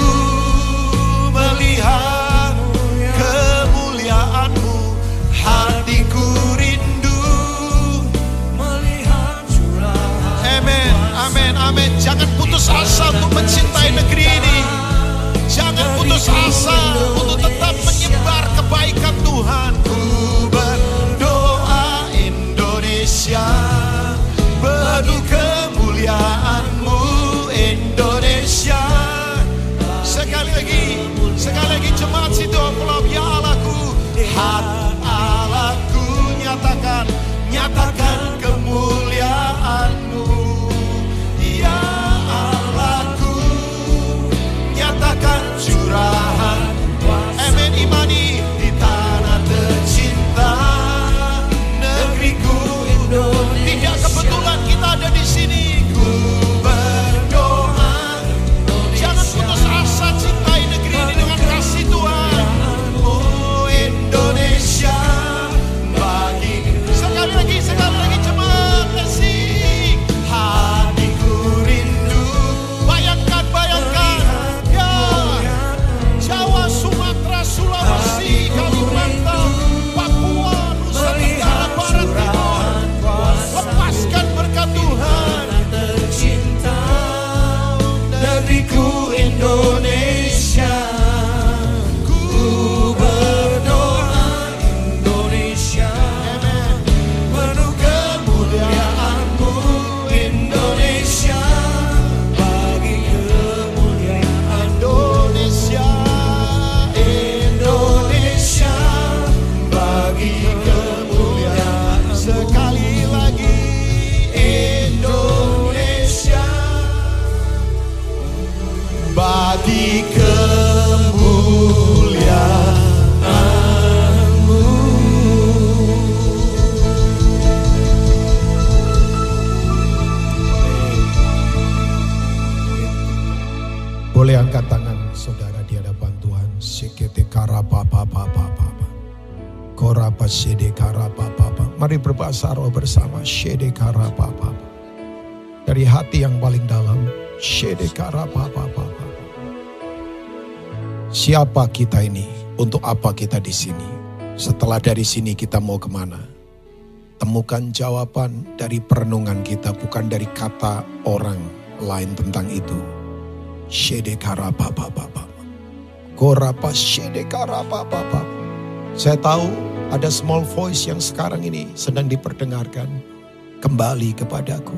[SPEAKER 3] melihat kemuliaan-Mu. Hatiku rindu melihat curahan. Amin, amin, amin. Jangan putus asa untuk mencintai negeri ini. Jangan putus asa untuk tetap menyebar kebaikan Tuhan. Ku berdoa Indonesia, penuh kemuliaan-Mu Indonesia. Sekali lagi, sekali lagi jemaat situ pulau, ya Allahku, hati Allahku, nyatakan, nyatakan kemuliaan-Mu. Ya Allahku, nyatakan curahan. Amin, imani di tanah tercinta, negeriku Indonesia. Tidak kebetulan kita ada di sini. Ku berdoa, jangan putus asa, cintai negeri ini dengan kasih Tuhan. Oh Indonesia, bagi sekali lagi, sekali lagi jemaat kasih. Hatiku rindu, bayangkan, bayangkan, ya Jawa, Sumatera, Sulawesi, Kalimantan, Papua, Nusa Tenggara Barat, Timur. Lepaskan berkat Tuhan. Tercinta, negeriku Indonesia. Ku berdoa Indonesia, penuh kemuliaan-Mu Indonesia, bagi kemuliaan Indonesia. Indonesia, bagi kemuliaan. Sekali lagi, Indonesia, bagi kemuliaan-Mu. Boleh angkat tangan saudara di hadapan Tuhan. Sekete karapa papa papa. Korapa shede karapa papa. Mari berbahasa roh bersama. Shede karapa papa. Dari hati yang paling dalam. Shede karapa papa. Siapa kita ini? Untuk apa kita di sini? Setelah dari sini kita mau kemana? Temukan jawaban dari perenungan kita, bukan dari kata orang lain tentang itu. Shede karapa papa. Korapa shede karapa papa. Saya tahu ada small voice yang sekarang ini sedang diperdengarkan. Kembali kepadaku.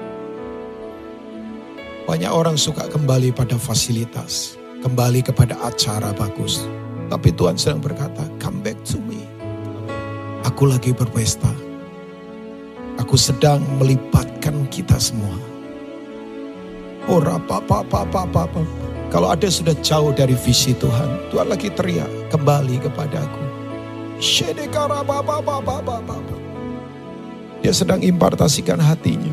[SPEAKER 3] Banyak orang suka kembali pada fasilitas. Kembali kepada acara bagus. Tapi Tuhan sedang berkata, come back to me. Aku lagi berpesta. Aku sedang melibatkan kita semua. Ora papa papa papa. Kalau ada sudah jauh dari visi Tuhan, Tuhan lagi teriak, kembali kepadaku. Dia sedang impartasikan hatinya.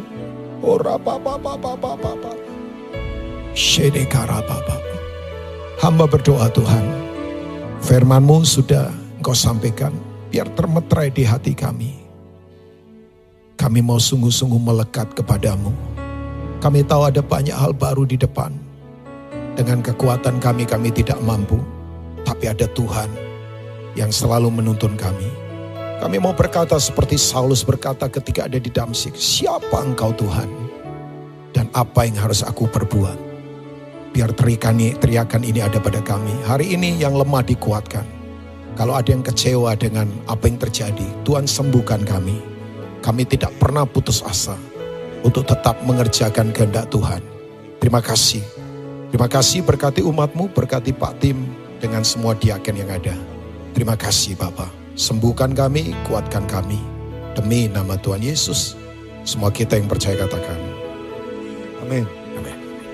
[SPEAKER 3] Hamba berdoa Tuhan, firman-Mu sudah Engkau sampaikan, biar termeterai di hati kami. Kami mau sungguh-sungguh melekat kepadamu. Kami tahu ada banyak hal baru di depan. Dengan kekuatan kami, kami tidak mampu. Tapi ada Tuhan yang selalu menuntun kami. Kami mau berkata seperti Saulus berkata ketika ada di Damsyik, siapa Engkau Tuhan? Dan apa yang harus aku perbuat? Biar teriakan, teriakan ini ada pada kami. Hari ini yang lemah dikuatkan. Kalau ada yang kecewa dengan apa yang terjadi, Tuhan sembuhkan kami. Kami tidak pernah putus asa untuk tetap mengerjakan kehendak Tuhan. Terima kasih. Terima kasih berkati umat-Mu, berkati Pak Tim dengan semua diaken yang ada. Terima kasih Bapa. Sembuhkan kami, kuatkan kami. Demi nama Tuhan Yesus, semua kita yang percaya katakan. Amin.